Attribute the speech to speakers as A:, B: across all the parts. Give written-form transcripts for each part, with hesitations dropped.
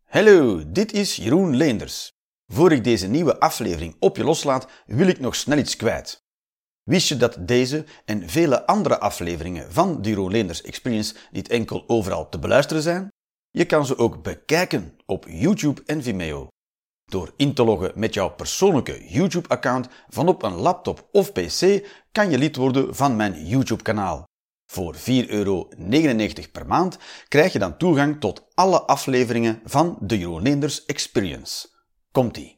A: Hallo, dit is Jeroen Leenders. Voor ik deze nieuwe aflevering op je loslaat, wil ik nog snel iets kwijt. Wist je dat deze en vele andere afleveringen van de Jeroen Leenders Experience niet enkel overal te beluisteren zijn? Je kan ze ook bekijken op YouTube en Vimeo. Door in te loggen met jouw persoonlijke YouTube-account van op een laptop of pc kan je lid worden van mijn YouTube-kanaal. Voor €4,99 per maand krijg je dan toegang tot alle afleveringen van de Jeroen Leenders Experience. Komt-ie.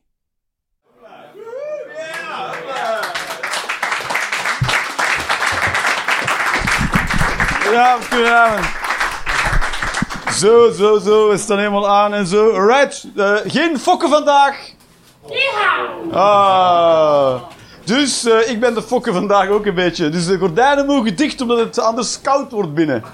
B: Ja, goedenavond. Zo, we staan helemaal aan en zo. Alright, geen fokken vandaag. Ja. Dus ik ben de fokken vandaag ook een beetje. Dus de gordijnen mogen dicht, omdat het anders koud wordt binnen.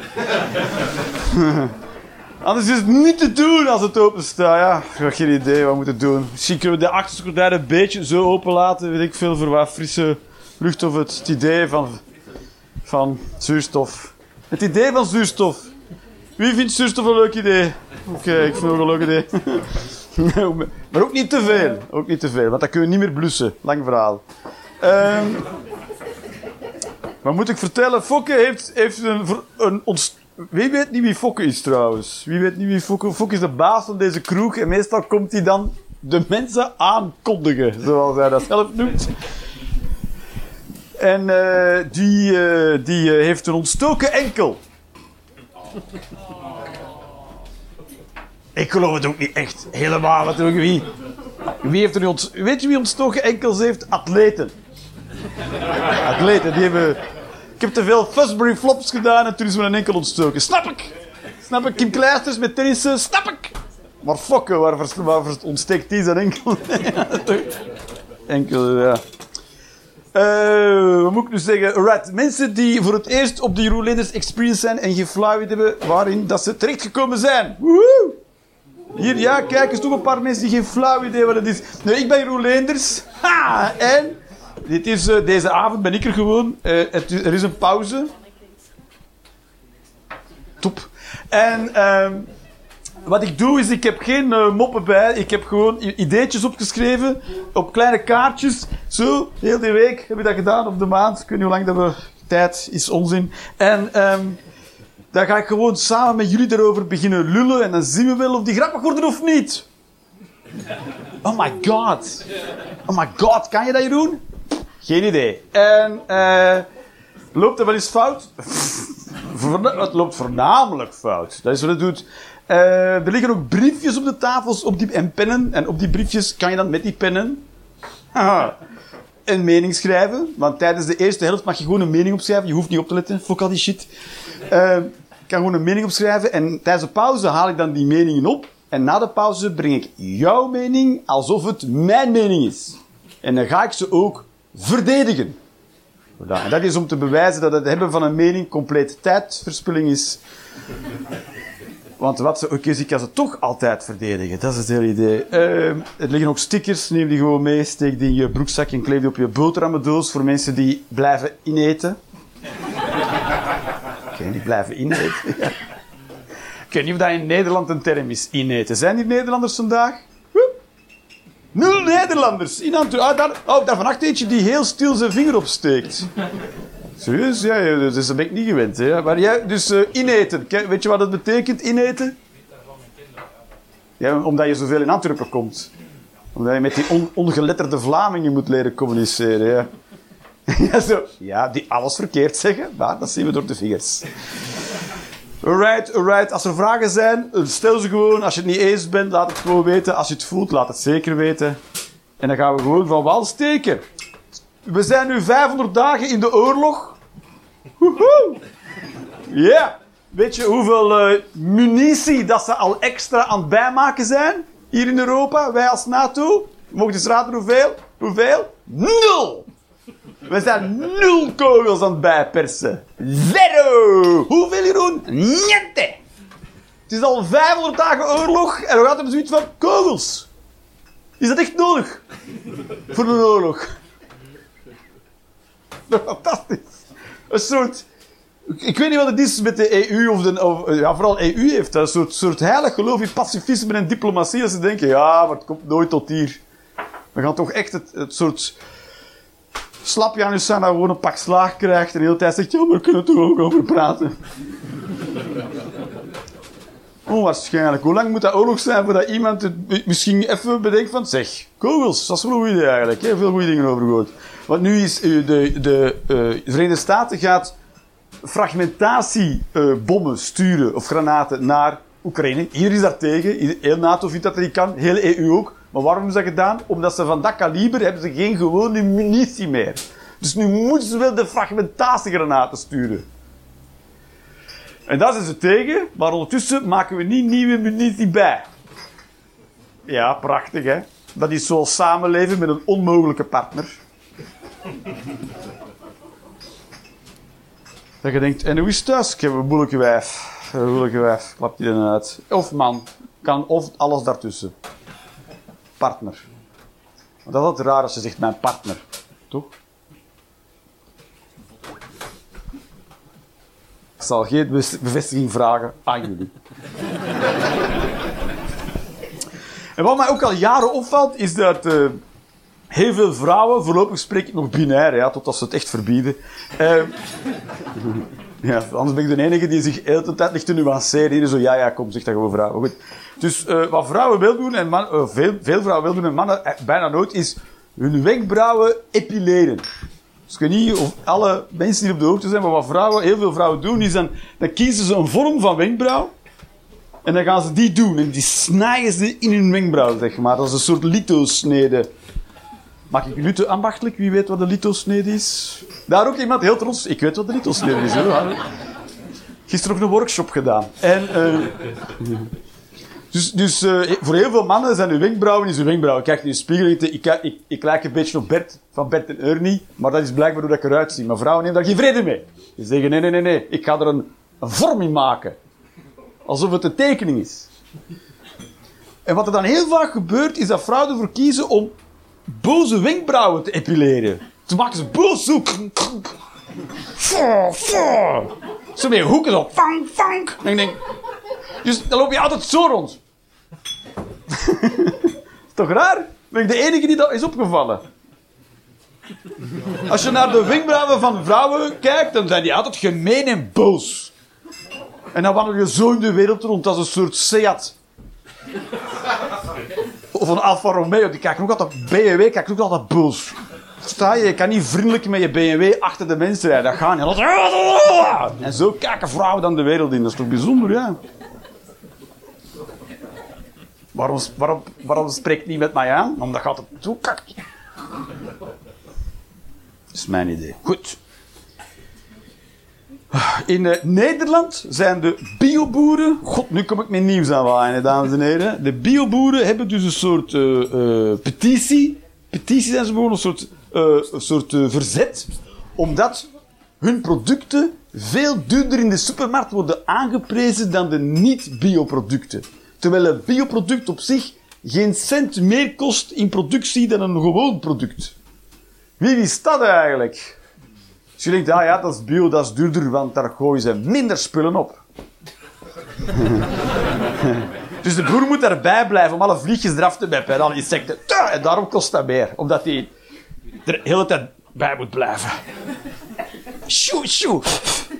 B: Anders is het niet te doen als het open staat. Ja, ik heb geen idee wat we moeten doen. Misschien kunnen we de achterste gordijnen een beetje zo open laten. Weet ik veel, voor wat frisse lucht of het idee van zuurstof. Het idee van zuurstof. Wie vindt zuurstof een leuk idee? Oké, ik vind het ook een leuk idee. Maar ook niet te veel. Ook niet te veel, want dan kun je niet meer blussen. Lang verhaal. Wat moet ik vertellen? Fokke heeft een wie weet niet wie Fokke is trouwens? Wie weet niet wie Fokke... Fokke is de baas van deze kroeg en meestal komt hij dan de mensen aankondigen, zoals hij dat zelf noemt. En die heeft een ontstoken enkel. Ik geloof het ook niet echt. Helemaal natuurlijk. Wie heeft er nu weet je wie ontstoken enkels heeft? Atleten. Atleten, die hebben... Ik heb te veel Fosbury flops gedaan en toen is me een enkel ontstoken. Snap ik? Kim Kleisters met tennissen, snap ik? Maar fokken, waar ontsteekt die zijn enkel? Enkel, ja. Wat moet ik nu zeggen? Alright, mensen die voor het eerst op de Jeroen Leenders Experience zijn en geen flauw idee hebben waarin dat ze terechtgekomen zijn. Woehoe! Hier, ja, kijk eens, toch een paar mensen die geen flauw idee wat het is. Nee, ik ben Jeroen Leenders. Ha! En deze avond ben ik er gewoon. Er is een pauze. Top. En wat ik doe is, ik heb geen moppen bij. Ik heb gewoon ideetjes opgeschreven op kleine kaartjes. Zo, heel die week heb ik dat gedaan, of de maand. Ik weet niet hoe lang dat we... Tijd is onzin. En dan ga ik gewoon samen met jullie erover beginnen lullen. En dan zien we wel of die grappig worden of niet. Oh my god. Oh my god, kan je dat, Jeroen? Geen idee. En loopt er wel eens fout? Het loopt voornamelijk fout. Dat is wat het doet. Er liggen ook briefjes op de tafels en pennen. En op die briefjes kan je dan met die pennen een mening schrijven. Want tijdens de eerste helft mag je gewoon een mening opschrijven. Je hoeft niet op te letten. Fuck al die shit. Ik kan gewoon een mening opschrijven. En tijdens de pauze haal ik dan die meningen op. En na de pauze breng ik jouw mening alsof het mijn mening is. En dan ga ik ze ook verdedigen. En dat is om te bewijzen dat het hebben van een mening compleet tijdverspilling is. Want ik kan ze toch altijd verdedigen. Dat is het hele idee. Er liggen ook stickers. Neem die gewoon mee. Steek die in je broekzak en kleef die op je boterhammendoos voor mensen die blijven ineten. Oké, die blijven ineten. Ja. Ik weet niet of dat in Nederland een term is, ineten. Zijn hier Nederlanders vandaag? 0 Nederlanders. Daar van eentje die heel stil zijn vinger opsteekt. Serieus? Ja, dus dat ben ik niet gewend. Hè. Maar jij, dus ineten. Weet je wat dat betekent, ineten? Ja, omdat je zoveel in Antwerpen komt. Omdat je met die ongeletterde Vlamingen moet leren communiceren. Ja, ja, zo. Ja, die alles verkeerd zeggen, maar dat zien we door de vingers. Alright. Als er vragen zijn, stel ze gewoon. Als je het niet eens bent, laat het gewoon weten. Als je het voelt, laat het zeker weten. En dan gaan we gewoon van wal steken. We zijn nu 500 dagen in de oorlog. Woehoe! Ja! Yeah. Weet je hoeveel munitie dat ze al extra aan het bijmaken zijn? Hier in Europa, wij als NATO. Mogen eens raden hoeveel? Hoeveel? 0! We zijn 0 kogels aan het bijpersen. 0! Hoeveel, Jeroen? Niente! Het is al 500 dagen oorlog en we gaan er zoiets van kogels. Is dat echt nodig? Voor een oorlog. Fantastisch. Een soort Ik weet niet wat het is met de EU vooral EU heeft dat een soort heilig geloof in pacifisme en diplomatie. Dat ze denken, ja, maar het komt nooit tot hier. We gaan toch echt het soort slapjanus zijn dat gewoon een pak slaag krijgt en de hele tijd zegt, ja, maar we kunnen er toch ook over praten. Onwaarschijnlijk. Hoe lang moet dat oorlog zijn voordat iemand het misschien even bedenkt van, zeg, kogels, dat is wel een goed idee eigenlijk. Hè? Veel goede dingen over gehoord. Want nu is de Verenigde Staten gaat fragmentatiebommen sturen of granaten naar Oekraïne. Iedereen is daar tegen. Heel NATO vindt dat niet kan. Heel EU ook. Maar waarom hebben ze dat gedaan? Omdat ze van dat kaliber hebben ze geen gewone munitie meer. Dus nu moeten ze wel de fragmentatiegranaten sturen. En daar zijn ze tegen, maar ondertussen maken we niet nieuwe munitie bij. Ja, prachtig hè. Dat is zoals samenleven met een onmogelijke partner. Dat je denkt, en hoe is het thuis? Ik heb een moeilijke wijf. Klapt die dan uit. Of man. Kan of alles daartussen. Partner. Want dat is altijd raar als je zegt, mijn partner. Toch? Ik zal geen bevestiging vragen aan jullie. En wat mij ook al jaren opvalt, is dat heel veel vrouwen, voorlopig spreek ik nog binair, ja, totdat ze het echt verbieden. Ja, anders ben ik de enige die zich de hele tijd ligt te nuanceren. Hier zo, ja, kom, zeg dat gewoon vrouwen. Goed. Dus wat vrouwen wil doen, en veel vrouwen wil doen en mannen bijna nooit, is hun wenkbrauwen epileren. Dus ik weet niet of alle mensen die op de hoogte zijn, maar wat heel veel vrouwen doen, is dan kiezen ze een vorm van wenkbrauw. En dan gaan ze die doen. En die snijden ze in hun wenkbrauw, zeg maar. Dat is een soort lithosnede. Maak ik nu te ambachtelijk? Wie weet wat de lithosnede is? Daar ook iemand heel trots. Ik weet wat de lithosnede is. Hè? Gisteren nog een workshop gedaan. En, dus voor heel veel mannen zijn hun wenkbrauwen uw wenkbrauwen. Kijk in de spiegel. Ik lijk een beetje op Bert, van Bert en Ernie. Maar dat is blijkbaar hoe ik eruit zie. Maar vrouwen nemen daar geen vrede mee. Die zeggen, nee. Ik ga er een vorm in maken. Alsof het een tekening is. En wat er dan heel vaak gebeurt, is dat vrouwen ervoor kiezen om boze wenkbrauwen te epileren. Toen maken ze boos zo. Zo met hoeken zo. Fang. En ik denk, dus dan loop je altijd zo rond. Is toch raar? Ben ik de enige die dat is opgevallen? Als je naar de wenkbrauwen van vrouwen kijkt, dan zijn die altijd gemeen en boos. En dan wandel je zo in de wereld rond als een soort Seat. Of een Alfa Romeo. Die kijken ook altijd BMW, kijken ook altijd boos. Sta je kan niet vriendelijk met je BMW achter de mensen rijden. Dat gaat niet. En zo kijken vrouwen dan de wereld in. Dat is toch bijzonder, ja. Waarom spreekt niet met mij aan? Omdat gaat het zo kakt. Dat is mijn idee. Goed. In Nederland zijn de bioboeren... God, nu kom ik met nieuws aanwaaien, dames en heren. De bioboeren hebben dus een soort petitie. Petitie zijn ze gewoon een soort verzet. Omdat hun producten veel duurder in de supermarkt worden aangeprezen dan de niet-bioproducten. Terwijl een bioproduct op zich geen cent meer kost in productie dan een gewoon product. Wie wist dat eigenlijk? Dus je denkt, ja, dat is bio, dat is duurder, want daar gooien ze minder spullen op. Dus de boer moet daarbij blijven om alle vliegjes eraf te meppen en alle insecten. En daarom kost dat meer. Omdat hij er de hele tijd bij moet blijven. Shoo.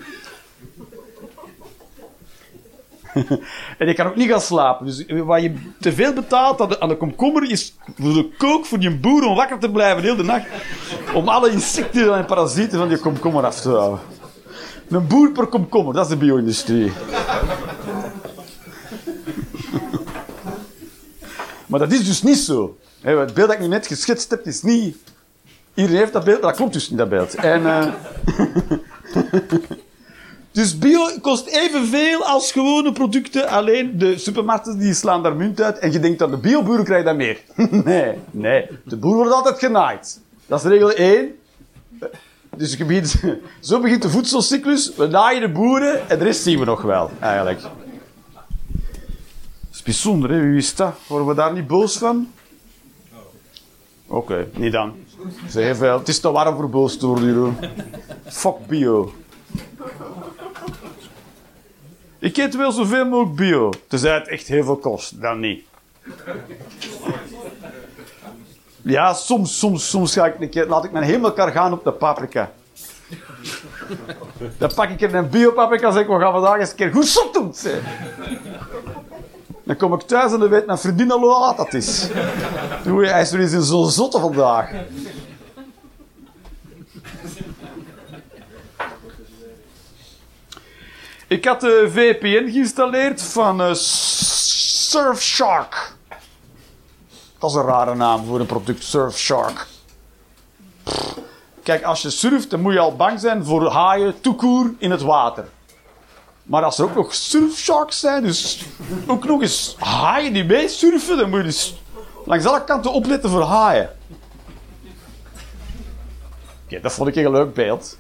B: En je kan ook niet gaan slapen. Dus wat je te veel betaalt aan de komkommer is voor de kook voor die boer om wakker te blijven de hele nacht. Om alle insecten en parasieten van die komkommer af te houden. Een boer per komkommer, dat is de bio-industrie. Maar dat is dus niet zo. Het beeld dat ik nu net geschetst heb, is niet... Iedereen heeft dat beeld, maar dat klopt dus niet, dat beeld. En... Dus bio kost evenveel als gewone producten. Alleen de supermarkten die slaan daar munt uit. En je denkt dat de bioboeren krijgen dat meer. Nee. De boer wordt altijd genaaid. Dat is regel 1. Dus zo begint de voedselcyclus. We naaien de boeren en de rest zien we nog wel, eigenlijk. Dat is bijzonder, hè? Wie is dat? Worden we daar niet boos van? Oké, niet dan. Zeg veel. Het is te warm voor boos te worden, Jeroen. Fuck bio. Ik eet wel zoveel mogelijk bio. Tenzij het echt heel veel kost. Dan niet. Ja, soms ga ik een keer, laat ik mijn hemelkar gaan op de paprika. Dan pak ik er een bio-paprika en zeg ik, we gaan vandaag eens een keer goed zot doen. Zeg. Dan kom ik thuis en dan weet mijn vriendin al hoe laat dat is. Hij is er eens in zo'n zotte vandaag. Ik had de VPN geïnstalleerd van Surfshark. Dat is een rare naam voor een product, Surfshark. Kijk, als je surft, dan moet je al bang zijn voor haaien, toekoer in het water. Maar als er ook nog surfsharks zijn, dus ook nog eens haaien die mee surfen, dan moet je dus langs alle kanten opletten voor haaien. Oké, dat vond ik een leuk beeld.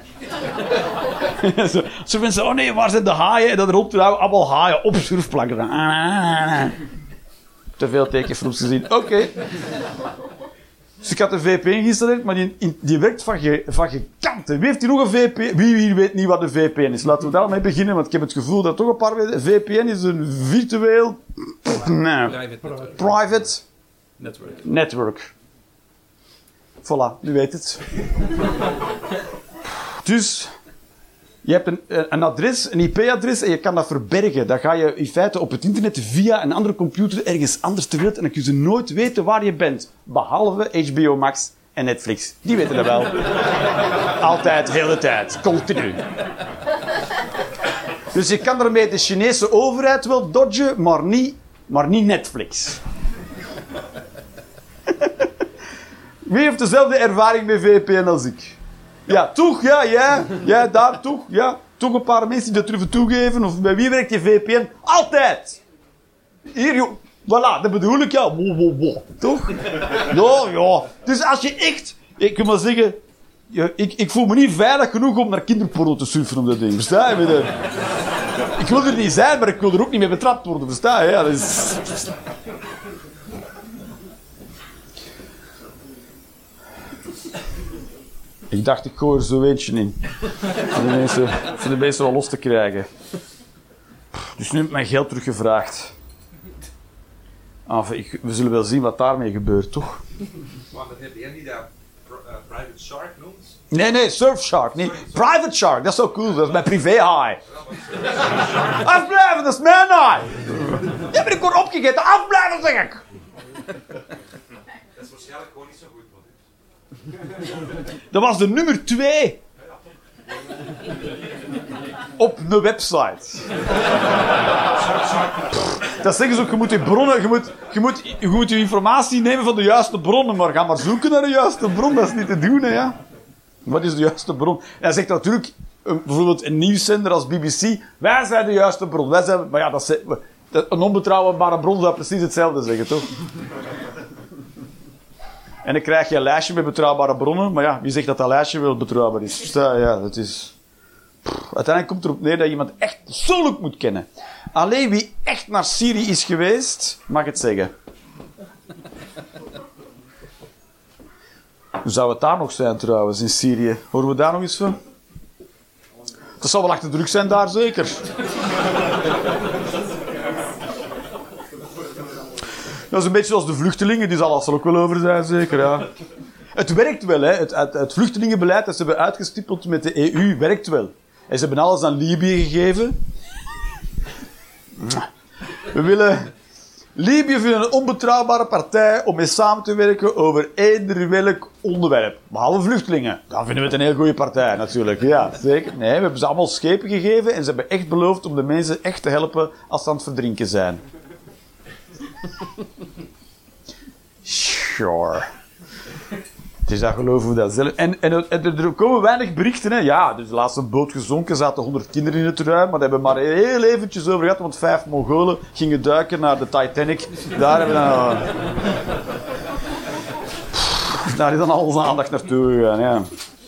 B: Zo mensen, oh nee, waar zijn de haaien? En dan erop te houden, allemaal haaien op surfplanken. Te veel tekenfilms gezien. Oké. Dus ik had een VPN geïnstalleerd, maar die werkt van gekanten. Wie heeft hier nog een VPN? Wie weet niet wat een VPN is? Laten we daarmee beginnen, want ik heb het gevoel dat toch een paar weten. VPN is een virtueel... Private... Network. Voilà, u weet het. Dus... Je hebt een adres, een IP-adres en je kan dat verbergen. Dan ga je in feite op het internet via een andere computer ergens anders ter wereld en dan kun je nooit weten waar je bent. Behalve HBO Max en Netflix. Die weten dat wel. Altijd, de hele tijd. Continu. Dus je kan ermee de Chinese overheid wel dodgen, maar niet Netflix. Wie heeft dezelfde ervaring met VPN als ik? Ja, toch? Ja, daar toch? Ja, toch een paar mensen die dat durven toegeven. Of bij wie werkt je VPN? Altijd! Hier, joh. Voilà, dat bedoel ik, ja. Toch? Ja. Dus als je echt... Ik kan maar zeggen... Ik voel me niet veilig genoeg om naar kinderporno te surfen op dat ding. Versta je? Ik wil er niet zijn, maar ik wil er ook niet mee betrapt worden. Versta je? Ja, dat is... Ik dacht, ik gooi er zo eentje in. Voor de mensen wel los te krijgen. Dus nu heb ik mijn geld teruggevraagd. We zullen wel zien wat daarmee gebeurt, toch?
C: Maar dat heb jij niet dat Private Shark noemt?
B: Nee, Surfshark. Nee, Private Shark, dat is zo cool. Dat is mijn privé-haai. Afblijven, dat is mijn haai. Die heb ik gewoon opgegeten. Afblijven, zeg ik.
C: Dat is waarschijnlijk gewoon niet zo goed.
B: Dat was de nummer 2. Op een website. Dat zeggen ze ook, je moet je bronnen, je moet je informatie nemen van de juiste bronnen, maar ga maar zoeken naar de juiste bron, dat is niet te doen, hè, ja. Wat is de juiste bron? Hij zegt natuurlijk, bijvoorbeeld een nieuwszender als BBC, wij zijn de juiste bron, wij zijn, maar ja, een onbetrouwbare bron zou precies hetzelfde zeggen, toch? En dan krijg je een lijstje met betrouwbare bronnen. Maar ja, wie zegt dat dat lijstje wel betrouwbaar is? Ja, dat is... Uiteindelijk komt erop neer dat je iemand echt persoonlijk moet kennen. Alleen wie echt naar Syrië is geweest, mag het zeggen. Hoe zou het daar nog zijn trouwens, in Syrië? Horen we daar nog eens van? Dat zal wel achter druk zijn daar, zeker. Dat is een beetje zoals de vluchtelingen, die zal er ook wel over zijn, zeker, ja. Het werkt wel, hè. Het vluchtelingenbeleid dat ze hebben uitgestippeld met de EU werkt wel. En ze hebben alles aan Libië gegeven. We willen... Libië vindt een onbetrouwbare partij om mee samen te werken over eender welk onderwerp. Behalve vluchtelingen. Dan vinden we het een heel goede partij, natuurlijk. Ja, zeker. Nee, we hebben ze allemaal schepen gegeven en ze hebben echt beloofd om de mensen echt te helpen als ze aan het verdrinken zijn. Sure. Dus dat geloven we dat zelf. En er komen weinig berichten, hè. Ja, dus de laatste boot gezonken, zaten 100 kinderen in het ruim, maar daar hebben we maar heel eventjes over gehad, want 5 Mongolen gingen duiken naar de Titanic. Daar hebben we dan... Daar is dan al onze aandacht naartoe gegaan, ja.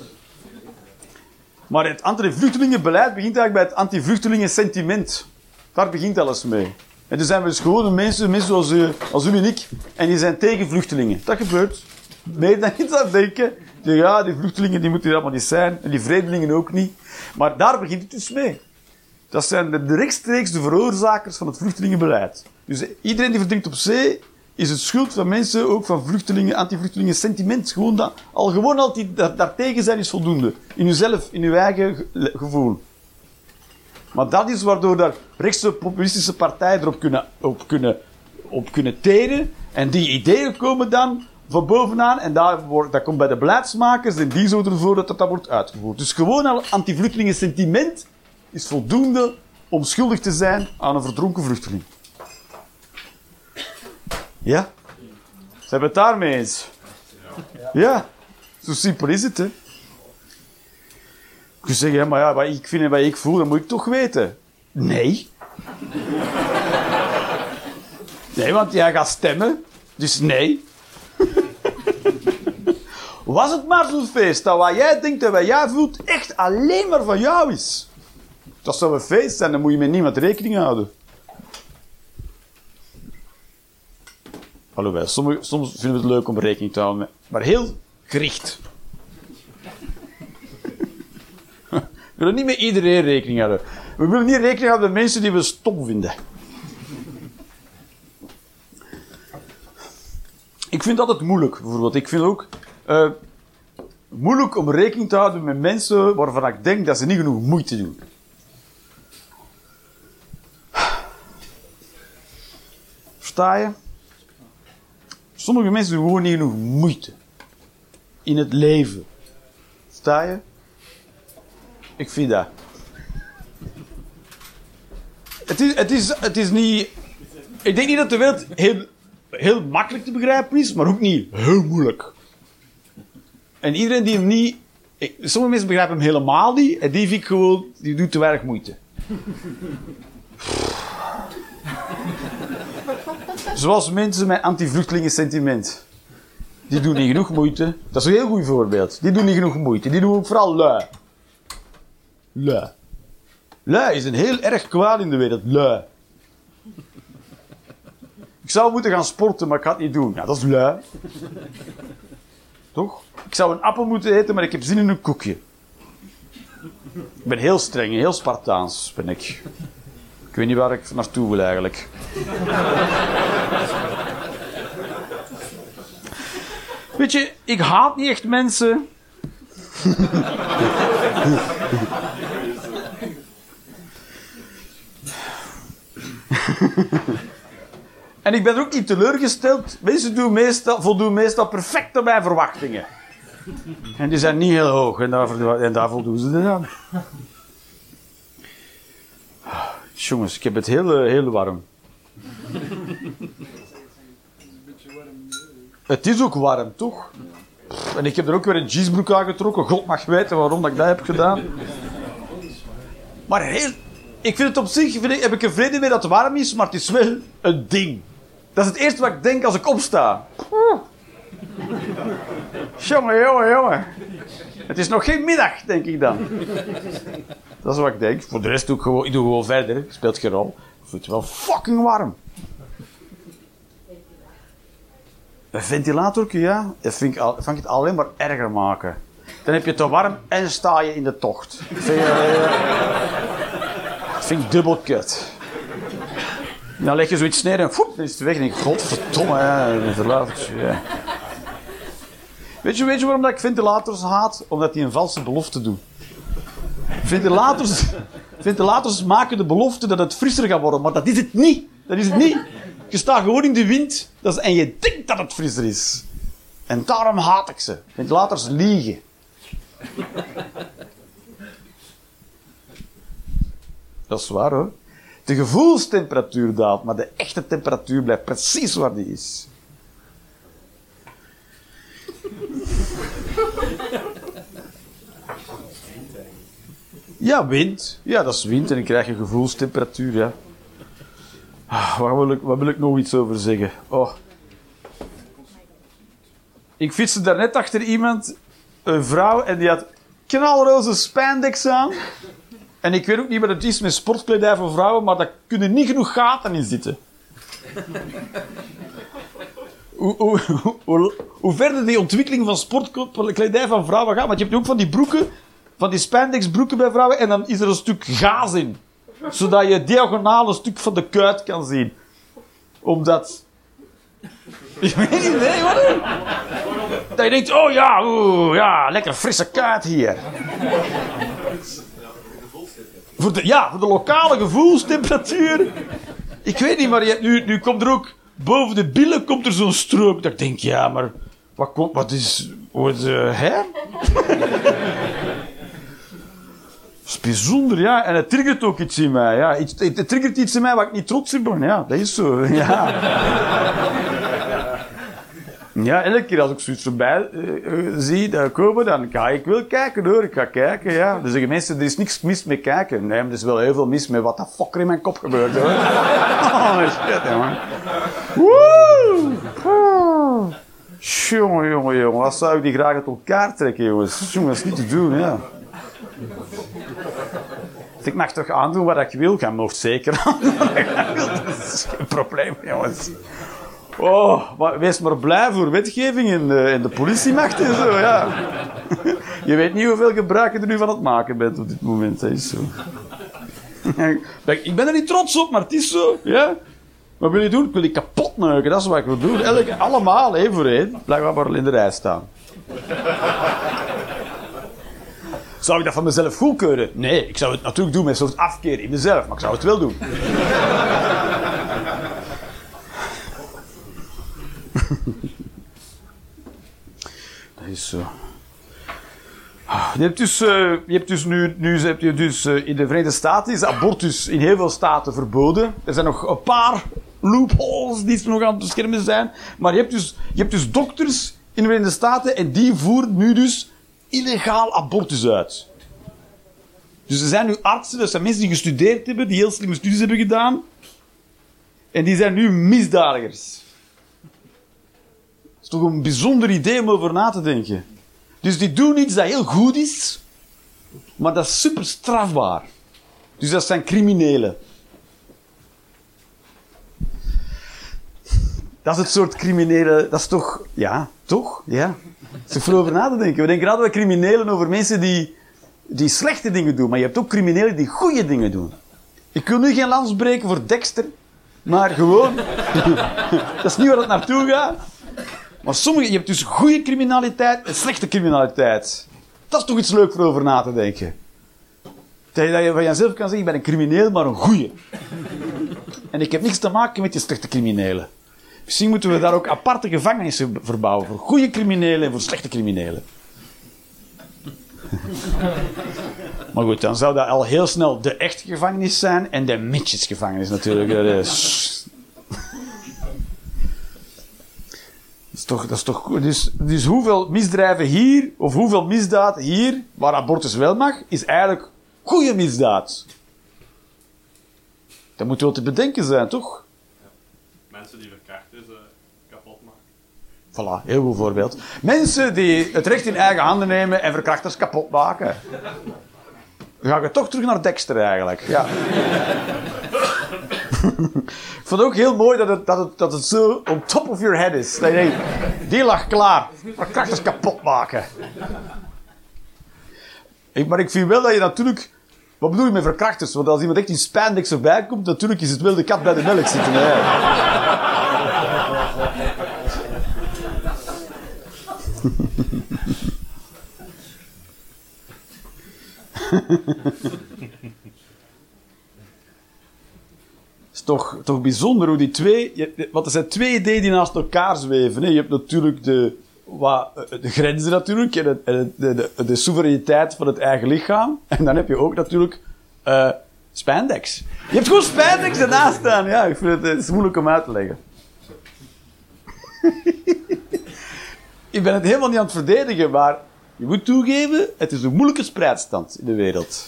B: Maar het anti-vluchtelingenbeleid begint eigenlijk bij het anti-vluchtelingen-sentiment. Daar begint alles mee. En toen zijn we dus gewoon mensen zoals u en ik, en die zijn tegen vluchtelingen. Dat gebeurt. Meer dan iets aan denken. Ja, die vluchtelingen die moeten er allemaal niet zijn. En die vreemdelingen ook niet. Maar daar begint het dus mee. Dat zijn de rechtstreeks de veroorzakers van het vluchtelingenbeleid. Dus iedereen die verdrinkt op zee is het schuld van mensen, ook van vluchtelingen, anti-vluchtelingen sentiment. Gewoon al die daartegen zijn is voldoende. In uzelf, in uw eigen gevoel. Maar dat is waardoor daar rechtse populistische partijen erop kunnen teren. En die ideeën komen dan van bovenaan. En dat komt bij de beleidsmakers. En die zorgen ervoor dat dat wordt uitgevoerd. Dus gewoon al anti-vluchtelingen sentiment is voldoende om schuldig te zijn aan een verdronken vluchteling. Ja? Ze hebben het daarmee eens. Ja, zo simpel is het, hè. Je kunt zeggen, ja, maar ja, wat ik vind en wat ik voel, dat moet ik toch weten. Nee. Nee, want jij gaat stemmen, dus nee. Was het maar zo'n feest dat wat jij denkt en wat jij voelt echt alleen maar van jou is. Dat zou een feest zijn, dan moet je met niemand rekening houden. Alhoewel, soms vinden we het leuk om rekening te houden, maar heel gericht. We willen niet met iedereen rekening houden. We willen niet rekening houden met mensen die we stom vinden. Ik vind dat altijd moeilijk, bijvoorbeeld. Ik vind ook moeilijk om rekening te houden met mensen waarvan ik denk dat ze niet genoeg moeite doen. Versta je? Sommige mensen doen gewoon niet genoeg moeite. In het leven. Versta je? Ik vind dat. Het is niet... Ik denk niet dat de wereld heel makkelijk te begrijpen is, maar ook niet heel moeilijk. En iedereen die hem niet... Sommige mensen begrijpen hem helemaal niet, en die vind ik gewoon... Die doet te weinig moeite. Zoals mensen met anti-vluchtelingen sentiment. Die doen niet genoeg moeite. Dat is een heel goed voorbeeld. Die doen niet genoeg moeite. Die doen ook vooral lui. Lui. Lui is een heel erg kwaad in de wereld. Lui. Ik zou moeten gaan sporten, maar ik ga het niet doen. Ja, dat is lui. Toch? Ik zou een appel moeten eten, maar ik heb zin in een koekje. Ik ben heel streng, heel Spartaans ben ik. Ik weet niet waar ik naartoe wil eigenlijk. Weet je, ik haat niet echt mensen. En ik ben er ook niet teleurgesteld. Mensen voldoen meestal perfect aan mijn verwachtingen. En die zijn niet heel hoog. En daar voldoen ze aan. Jongens, ik heb het heel warm. Het is ook warm, toch? En ik heb er ook weer een jeansbroek aangetrokken. God mag weten waarom dat ik dat heb gedaan. Maar ik vind het op zich... Heb ik er vrede mee dat het warm is, maar het is wel een ding. Dat is het eerste wat ik denk als ik opsta. Jongen. Het is nog geen middag, denk ik dan. Dat is wat ik denk. Voor de rest doe ik gewoon verder. Het speelt geen rol. Ik vind het wel fucking warm. Een ventilator, ja, dat vind ik het alleen maar erger maken. Dan heb je het te warm en sta je in de tocht. Dat vind ik dubbel kut. Dan leg je zoiets neer en dan is het weg. En denk ik, godverdomme, verlaat. Ja. Weet je waarom dat ik ventilators haat? Omdat die een valse belofte doen. Ventilators maken de belofte dat het frisser gaat worden, maar dat is het niet. Dat is het niet. Je staat gewoon in de wind en je denkt dat het frisser is. En daarom haat ik ze. Ventilators liegen. Dat is waar, hoor. De gevoelstemperatuur daalt, maar de echte temperatuur blijft precies waar die is. Ja, wind. Ja, dat is wind en dan krijg je gevoelstemperatuur, ja. Waar wil ik nog iets over zeggen? Oh. Ik fietste daarnet achter iemand, een vrouw, en die had knalroze spandex aan. En ik weet ook niet wat het is met sportkledij voor vrouwen, maar daar kunnen niet genoeg gaten in zitten. Hoe verder die ontwikkeling van sportkledij van vrouwen gaat, want je hebt ook van die broeken, van die spandex broeken bij vrouwen, en dan is er een stuk gaas in. Zodat je diagonaal een stuk van de kuit kan zien. Omdat... Ik weet niet, nee, wat? Dat je denkt, oh ja, lekker frisse kuit hier. Voor de lokale gevoelstemperatuur. Ik weet niet, maar nu komt er ook... Boven de billen komt er zo'n strook. Dat ik denk, ja, maar... Wat is... hè? Dat is bijzonder, ja. En het triggert ook iets in mij. Ja. Het triggert iets in mij waar ik niet trots op ben. Ja, dat is zo. Ja. Ja, elke keer als ik zoiets voorbij zie komen, dan ga ik wel kijken hoor. Ik ga kijken, ja. Dan zeggen mensen, er is niks mis met kijken. Nee, maar er is wel heel veel mis met wat de fuck er in mijn kop gebeurt hoor. Oh, shit, hè, man. Woe! Jongen. Wat zou ik die graag uit elkaar trekken, jongens. Jongens, dat is niet te doen, ja. Ik mag toch aandoen wat ik wil? Jij mag zeker aandoen wat ik wil. Dat is geen probleem, jongens. Oh, maar wees maar blij voor wetgeving in de politiemacht en zo, ja. Je weet niet hoeveel gebruik je er nu van het maken bent op dit moment, dat is zo. Ik ben er niet trots op, maar het is zo, ja. Wat wil je doen? Ik wil die kapot neuken, dat is wat ik wil doen. Allemaal, één voor één. Blijf maar in de rij staan. Zou ik dat van mezelf goedkeuren? Nee, ik zou het natuurlijk doen met een soort afkeer in mezelf, maar ik zou het wel doen. Dat is zo. Je hebt dus in de Verenigde Staten is abortus in heel veel staten verboden. Er zijn nog een paar loopholes die nog aan het beschermen zijn. Maar je hebt dus dokters in de Verenigde Staten en die voeren nu dus illegaal abortus uit. Dus er zijn nu artsen, dat zijn mensen die gestudeerd hebben, die heel slimme studies hebben gedaan. En die zijn nu misdadigers. Dat is toch een bijzonder idee om over na te denken. Dus die doen iets dat heel goed is, maar dat is super strafbaar. Dus dat zijn criminelen. Dat is het soort criminelen, dat is toch... Ja, toch? Ja. Dat is toch veel over na te denken. We denken altijd bij criminelen over mensen die slechte dingen doen, maar je hebt ook criminelen die goede dingen doen. Ik wil nu geen lans breken voor Dexter, maar gewoon... Dat is niet waar het naartoe gaat. Maar je hebt dus goede criminaliteit en slechte criminaliteit. Dat is toch iets leuk voor over na te denken. Dat je van jezelf kan zeggen, ik ben een crimineel, maar een goeie. En ik heb niks te maken met die slechte criminelen. Misschien moeten we daar ook aparte gevangenissen verbouwen. Voor goede criminelen en voor slechte criminelen. Maar goed, dan zou dat al heel snel de echte gevangenis zijn en de midgetsgevangenis natuurlijk. Dat is toch dus hoeveel misdrijven hier, of hoeveel misdaad hier, waar abortus wel mag, is eigenlijk goede misdaad. Dat moet wel te bedenken zijn, toch?
D: Ja. Mensen die verkrachten ze kapot maken.
B: Voilà, heel goed voorbeeld. Mensen die het recht in eigen handen nemen en verkrachters kapot maken. Dan ga ik toch terug naar Dexter eigenlijk. Ja. Ik vond het ook heel mooi dat het zo on top of your head is. Dat je denkt, die lag klaar. Verkrachters kapot maken. Maar ik vind wel dat je natuurlijk... Wat bedoel je met verkrachters? Want als iemand echt in spandex erbij komt, natuurlijk is het wel de kat bij de melk zitten. Hè. Het is toch bijzonder hoe die twee... Want er zijn twee ideeën die naast elkaar zweven. Hè. Je hebt natuurlijk de grenzen natuurlijk. En de soevereiniteit van het eigen lichaam. En dan heb je ook natuurlijk spandex. Je hebt gewoon spandex ernaast staan. Ja, ik vind het is moeilijk om uit te leggen. Ik ben het helemaal niet aan het verdedigen, maar je moet toegeven, het is een moeilijke spreidstand in de wereld.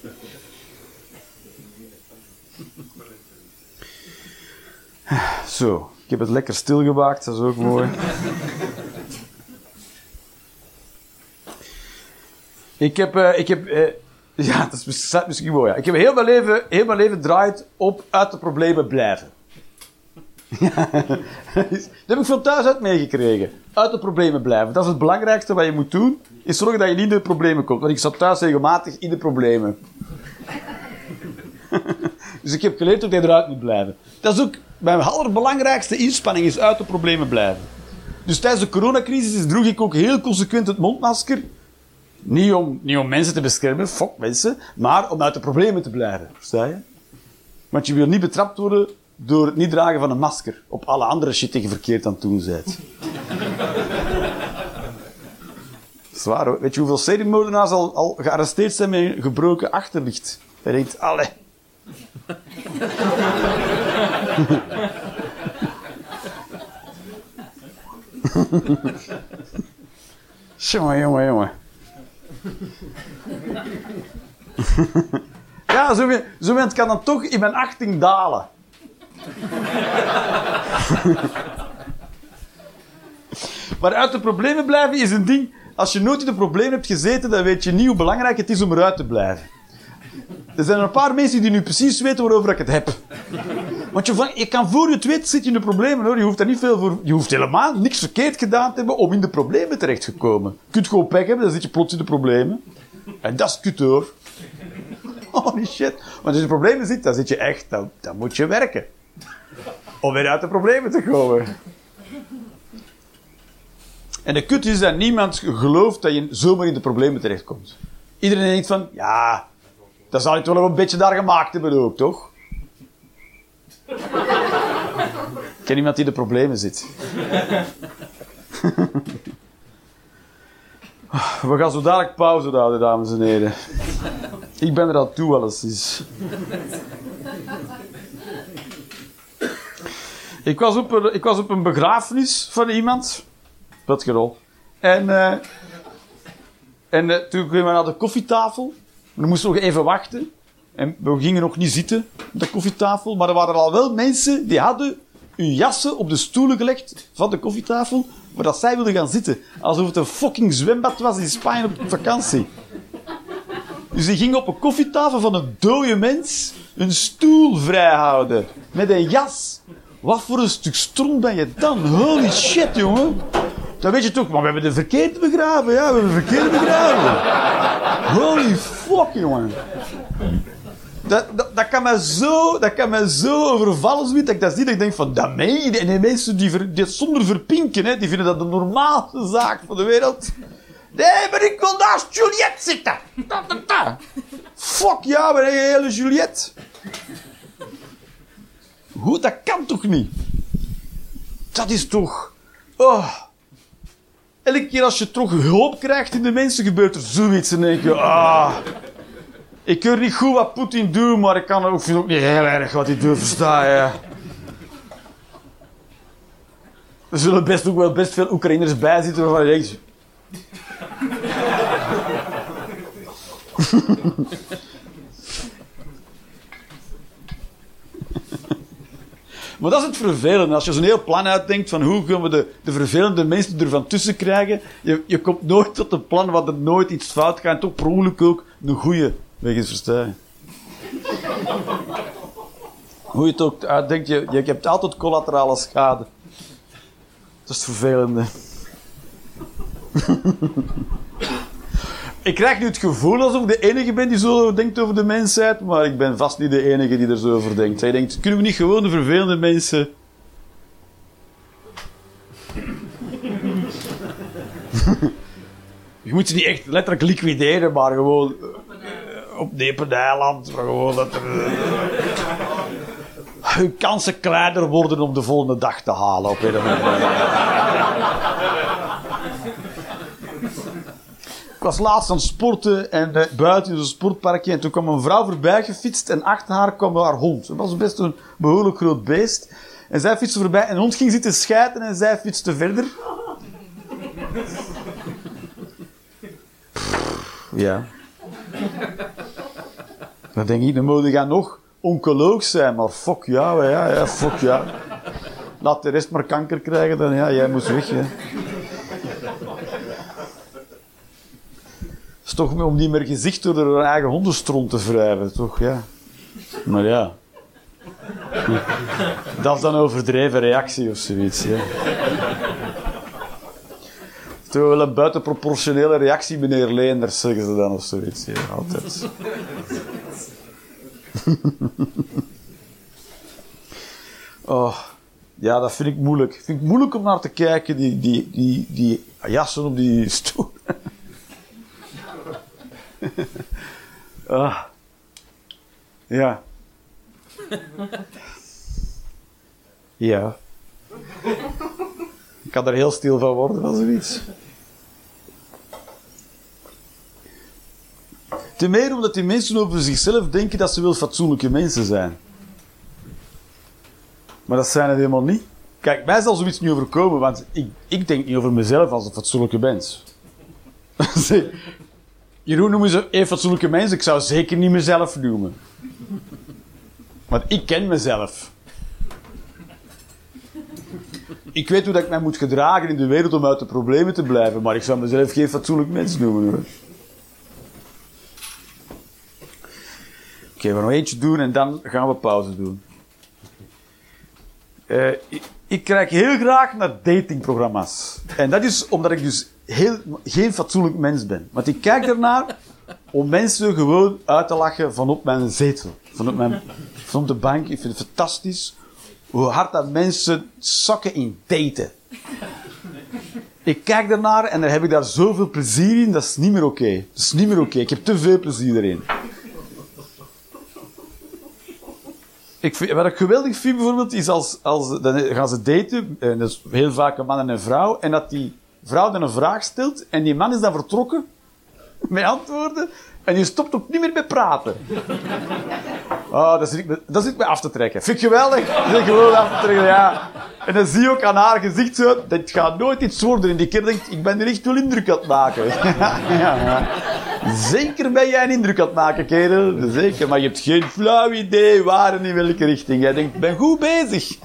B: Zo, ik heb het lekker stilgemaakt, dat is ook mooi. Ja, dat is misschien mooi. Ja. Ik heb heel mijn leven draait op uit de problemen blijven. Ja, dat heb ik van thuis uit meegekregen. Uit de problemen blijven. Dat is het belangrijkste wat je moet doen, is zorgen dat je niet in de problemen komt. Want ik zat thuis regelmatig in de problemen. Dus ik heb geleerd dat ik eruit moet blijven. Dat is ook mijn allerbelangrijkste inspanning, is uit de problemen blijven. Dus tijdens de coronacrisis droeg ik ook heel consequent het mondmasker. Niet om mensen te beschermen, fuck mensen, maar om uit de problemen te blijven. Versta je? Want je wil niet betrapt worden door het niet dragen van een masker op alle andere shit die je verkeerd aan het doen bent. Zwaar hoor. Weet je hoeveel seriemoordenaars al gearresteerd zijn met een gebroken achterlicht? Hij denkt, allee. Jongen. Ja, zo iemand kan dan toch in mijn achting dalen. Maar uit de problemen blijven is een ding. Als je nooit in de problemen hebt gezeten, dan weet je niet hoe belangrijk het is om eruit te blijven. Er zijn een paar mensen die nu precies weten waarover ik het heb. Want je kan voor je het weet, zit je in de problemen hoor. Je hoeft er niet veel voor. Je hoeft helemaal niks verkeerd gedaan te hebben om in de problemen terecht te komen. Je kunt gewoon pech hebben, dan zit je plots in de problemen. En dat is kut hoor. Holy shit. Want als je in de problemen zit, dan zit je echt, dan moet je werken. Om weer uit de problemen te komen. En de kut is dat niemand gelooft dat je zomaar in de problemen terechtkomt. Iedereen denkt van, ja, dat zal je toch wel een beetje daar gemaakt hebben ook, toch? Ik ken iemand die in de problemen zit. We gaan zo dadelijk pauze houden, dames en heren. Ik ben er al toe, alleszins. Ik was op een begrafenis van iemand. Wat gerol. En toen gingen we naar de koffietafel. We moesten nog even wachten. En we gingen nog niet zitten op de koffietafel. Maar er waren al wel mensen die hadden hun jassen op de stoelen gelegd van de koffietafel. Maar dat zij wilden gaan zitten. Alsof het een fucking zwembad was in Spanje op vakantie. Dus die gingen op een koffietafel van een dode mens een stoel vrijhouden. Met een jas. Wat voor een stuk stront ben je dan? Holy shit, jongen. Dan weet je toch, maar we hebben de verkeerde begraven. Ja, we hebben de verkeerde begraven. Holy fuck, jongen. Dat kan mij zo overvallen, zoiets, dat ik dat zie, dat ik denk van, dat meen je? En die mensen die zonder verpinken, hè, die vinden dat de normaalste zaak van de wereld. Nee, maar ik wil naast Juliette zitten. Fuck ja, maar een hele Juliette. Hoe, dat kan toch niet? Dat is toch... Oh. Elke keer als je toch hulp krijgt in de mensen, gebeurt er zoiets. En denk je, ik hoor niet goed wat Poetin doet, maar ik vind ook niet heel erg wat hij doet, versta je? Er zullen ook wel best veel Oekraïners bij zitten waarvan je denkt... Maar dat is het vervelende. Als je zo'n heel plan uitdenkt van hoe kunnen we de vervelende mensen ervan tussen krijgen, je komt nooit tot een plan waar er nooit iets fout gaat en toch per ongeluk ook een goeie weg is, verstaan. Hoe je het ook uitdenkt, je hebt altijd collaterale schade. Dat is het vervelende. Ik krijg nu het gevoel alsof ik de enige ben die zo denkt over de mensheid, maar ik ben vast niet de enige die er zo over denkt. Hij denkt, kunnen we niet gewoon de vervelende mensen... Je moet ze niet echt letterlijk liquideren, maar gewoon op Nepen eiland, maar gewoon dat er... hun kansen kleiner worden om de volgende dag te halen op een of andere manier. Ik was laatst aan het sporten en buiten in zo'n sportparkje en toen kwam een vrouw voorbij gefietst en achter haar kwam haar hond. Het was best een behoorlijk groot beest. En zij fietste voorbij en de hond ging zitten schijten en zij fietste verder. Ja. Dan denk ik, dan moet je nog oncoloog zijn, maar fuck ja, ja, fuck ja. Laat de rest maar kanker krijgen, dan ja, jij moest weg, hè. Het is toch om niet meer gezicht door haar eigen hondenstront te wrijven, toch, ja. Maar ja. Dat is dan een overdreven reactie of zoiets, ja. Toch wel een buitenproportionele reactie, meneer Leenders, zeggen ze dan of zoiets, ja, altijd. Oh, ja, dat vind ik moeilijk. Vind ik moeilijk om naar te kijken, die jassen op die stoel. Ja. Ja. Ik kan er heel stil van worden van zoiets. Ten meer omdat die mensen over zichzelf denken dat ze wel fatsoenlijke mensen zijn. Maar dat zijn het helemaal niet. Kijk, mij zal zoiets niet overkomen, want ik denk niet over mezelf als een fatsoenlijke mens. Jeroen noemen ze een fatsoenlijke mens, ik zou zeker niet mezelf noemen. Want ik ken mezelf. Ik weet hoe dat ik mij moet gedragen in de wereld om uit de problemen te blijven, maar ik zou mezelf geen fatsoenlijk mens noemen, hoor. Oké, we gaan nog eentje doen en dan gaan we pauze doen. Ik kijk heel graag naar datingprogramma's. En dat is omdat ik dus geen fatsoenlijk mens ben. Want ik kijk ernaar om mensen gewoon uit te lachen van op mijn zetel. Van op de bank. Ik vind het fantastisch hoe hard dat mensen zakken in daten. Ik kijk ernaar en dan heb ik daar zoveel plezier in, dat is niet meer oké. Dat is niet meer oké. Ik heb te veel plezier erin. Wat ik geweldig vind bijvoorbeeld, is dan gaan ze daten, en dat is heel vaak een man en een vrouw, en dat die vrouw dan een vraag stelt, en die man is dan vertrokken met antwoorden, en die stopt ook niet meer met praten. Oh, dat zit mij af te trekken. Vind ik geweldig? Dat zit gewoon af te trekken, ja. En dan zie je ook aan haar gezicht zo, dat gaat nooit iets worden. En die keer denkt, ik ben er echt wel indruk aan het maken. Ja. Zeker ben jij een indruk aan het maken, kerel. Zeker, maar je hebt geen flauw idee waar en in welke richting. Jij denkt, ik ben goed bezig.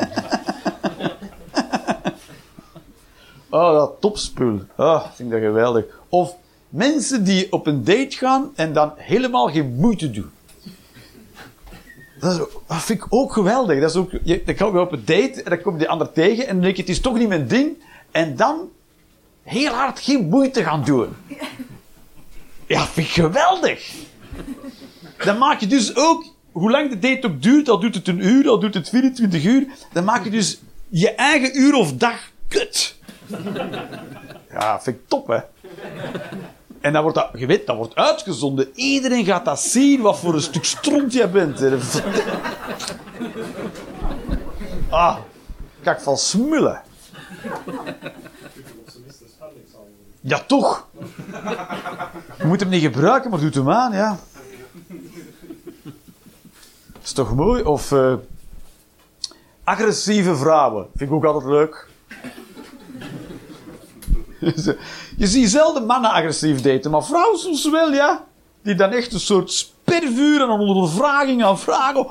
B: Oh, dat topspul. Oh, ik vind dat geweldig. Of mensen die op een date gaan en dan helemaal geen moeite doen. Dat vind ik ook geweldig. Dat is ook, dan ga je op een date en dan kom je die ander tegen en dan denk je, het is toch niet mijn ding. En dan heel hard geen moeite gaan doen. Ja, vind ik geweldig. Dan maak je dus ook, hoe lang de date ook duurt, al duurt het een uur, al duurt het 24 uur, dan maak je dus je eigen uur of dag kut. Ja, vind ik top, hè. En dan wordt dat, je weet, dat wordt uitgezonden. Iedereen gaat dat zien, wat voor een stuk stront jij bent. Kan ik van smullen. Ja, toch. Je moet hem niet gebruiken, maar doet hem aan, ja. Is toch mooi? Of agressieve vrouwen. Vind ik ook altijd leuk. Je ziet zelden mannen agressief daten, maar vrouwen soms wel, ja. Die dan echt een soort spervuur en een ondervraging aan vragen.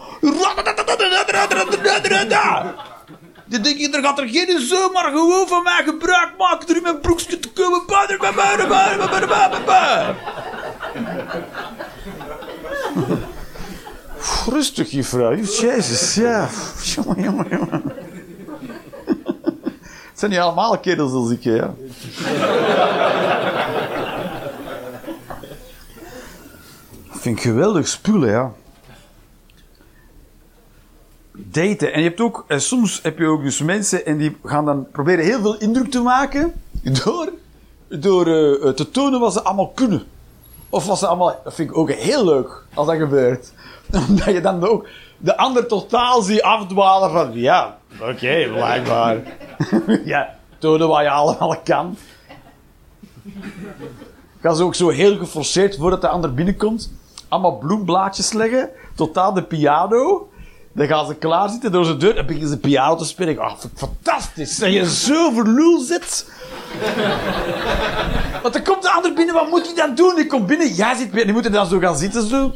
B: Die denken, er gaat er geen zomaar gewoon van mij gebruik maken er in mijn broekje te komen. Rustig, juffrouw. Jezus, ja. Jongen. Het zijn niet allemaal kerels als ik, ja. Vind ik geweldig spullen, ja. Daten. En je hebt ook, soms heb je ook dus mensen en die gaan dan proberen heel veel indruk te maken door te tonen wat ze allemaal kunnen. Of wat ze allemaal, dat vind ik ook heel leuk als dat gebeurt. Omdat je dan ook de ander totaal ziet afdwalen van, ja, oké, blijkbaar. Ja, tonen wat je allemaal kan. Gaan ze ook zo heel geforceerd voordat de ander binnenkomt. Allemaal bloemblaadjes leggen. Totaal de piano. Dan gaan ze klaarzitten door zijn deur. Dan beginnen ze piano te spelen. Ah, vind ik fantastisch. Dat je zo voor lul zit. Want dan komt de ander binnen. Wat moet hij dan doen? Die komt binnen. Jij zit binnen. Die moet er dan zo gaan zitten. Zo.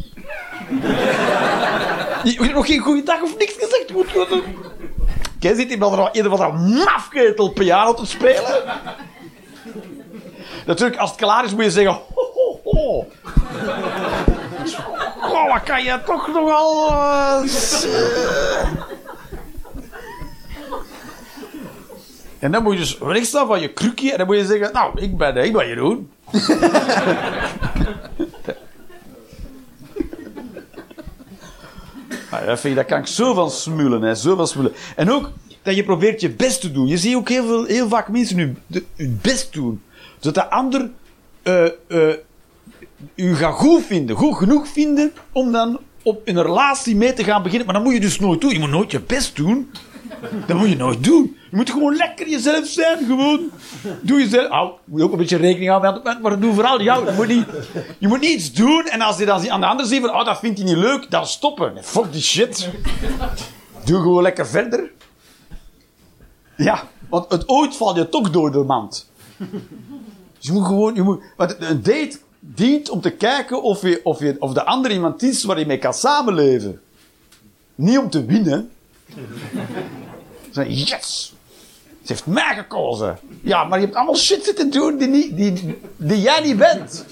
B: Je hebt nog geen goede dag of niks gezegd. Jij zit in een of andere mafketel piano te spelen. Natuurlijk, als het klaar is, moet je zeggen... Ho, ho, ho. Oh, wat kan je toch nogal... En dan moet je dus rechts staan van je krukje en dan moet je zeggen... Nou, ik ben Jeroen. Dat kan ik zo van smullen. Hè, zo van smullen. En ook dat je probeert je best te doen. Je ziet ook heel vaak mensen hun best doen. Zodat de ander u gaat goed vinden. Goed genoeg vinden om dan op een relatie mee te gaan beginnen. Maar dat moet je dus nooit doen. Je moet nooit je best doen. Dat moet je nooit doen. Je moet gewoon lekker jezelf zijn. Gewoon. Doe jezelf. Moet je ook een beetje rekening houden. Maar doe vooral jou. Je moet niet iets doen. En als je dan aan de ander ziet van... dat vindt hij niet leuk. Dan stoppen. Fuck die shit. Doe gewoon lekker verder. Ja. Want het ooit valt je toch door de mand. Dus je moet gewoon... want een date dient om te kijken of de andere iemand is waar je mee kan samenleven. Niet om te winnen. Yes! Ze heeft mij gekozen. Ja, maar je hebt allemaal shit zitten doen die jij niet bent.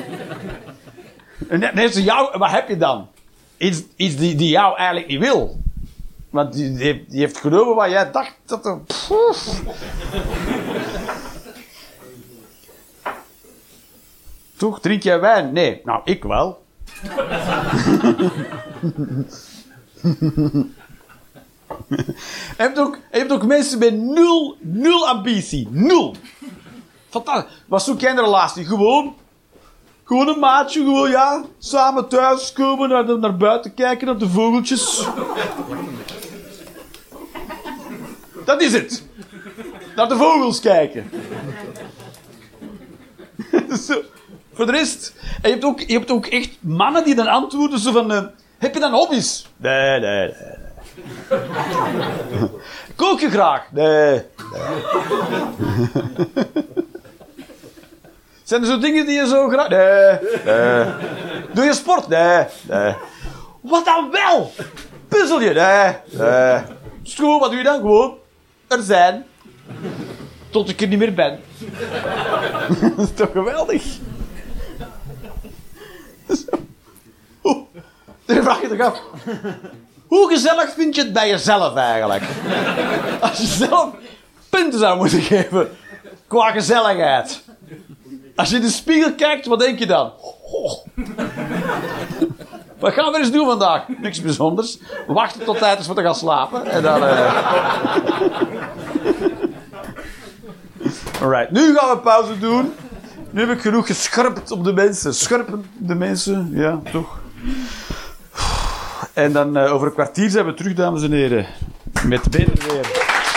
B: En dan heeft ze jou... Wat heb je dan? Iets die jou eigenlijk niet wil. Want die heeft genomen wat jij dacht dat er... Toch? Drink jij wijn? Nee. Nou, ik wel. Je hebt ook mensen met nul ambitie. Nul. Fantastisch. Wat zoek jij in een relatie? Gewoon een maatje. Gewoon, ja. Samen thuiskomen, naar buiten kijken, naar de vogeltjes. Dat is het. Naar de vogels kijken. Zo. Voor de rest. En je hebt ook echt mannen die dan antwoorden zo van... heb je dan hobby's? Nee. Kook je graag? Nee. Zijn er zo dingen die je zo graag... Nee. Doe je sport? Nee. Wat dan wel? Puzzel je? Nee. Schoon, wat doe je dan? Gewoon er zijn. Tot ik er niet meer ben. Dat is toch geweldig? Dan vraag je toch af. Hoe gezellig vind je het bij jezelf eigenlijk? Als je zelf punten zou moeten geven. Qua gezelligheid. Als je in de spiegel kijkt, wat denk je dan? Wat gaan we eens doen vandaag? Niks bijzonders. Wachten tot tijd is voor te gaan slapen. En dan... Alright, nu gaan we pauze doen. Nu heb ik genoeg geschurpt op de mensen. Schurpen de mensen, ja, toch. En dan over een kwartier zijn we terug, dames en heren. Met beter weer.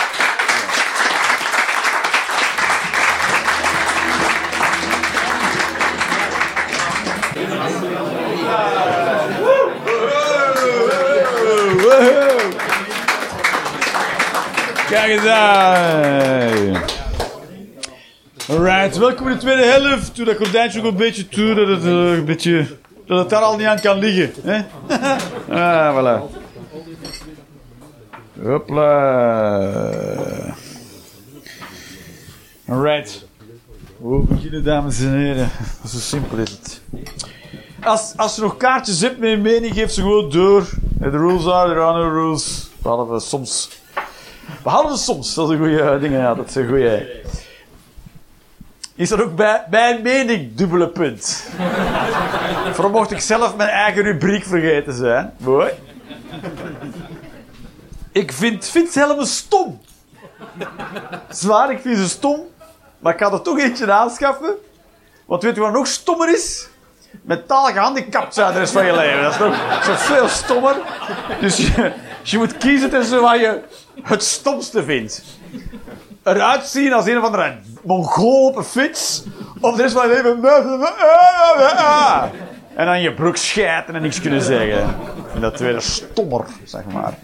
B: Kijk eens aan. Alright, welkom in de tweede helft. Doe dat gordijntje ook een beetje toe, dat het daar al niet aan kan liggen. Hè? Voilà. Hopla. Alright. We beginnen, dames en heren. Zo simpel is het. Als je nog kaartjes hebt met je mening, geef ze gewoon door. The rules are, there are no rules. Behalve soms, dat is een goede ding. Ja, dat is een goede. Is er ook bij een mening dubbele punt. Voor mocht ik zelf mijn eigen rubriek vergeten zijn. Mooi. Ik vind ze helemaal stom. Zwaar, ik vind ze stom. Maar ik ga er toch eentje aanschaffen. Want weet je wat nog stommer is? Mentaal gehandicapt zijn de rest van je leven. Dat is nog zo veel stommer. Dus je moet kiezen tussen wat je het stomste vindt. Eruit zien als een of andere Mongool op een fiets. Of de rest van je leven... En dan je broek schijten en niks kunnen zeggen. En dat tweede stommer, zeg maar.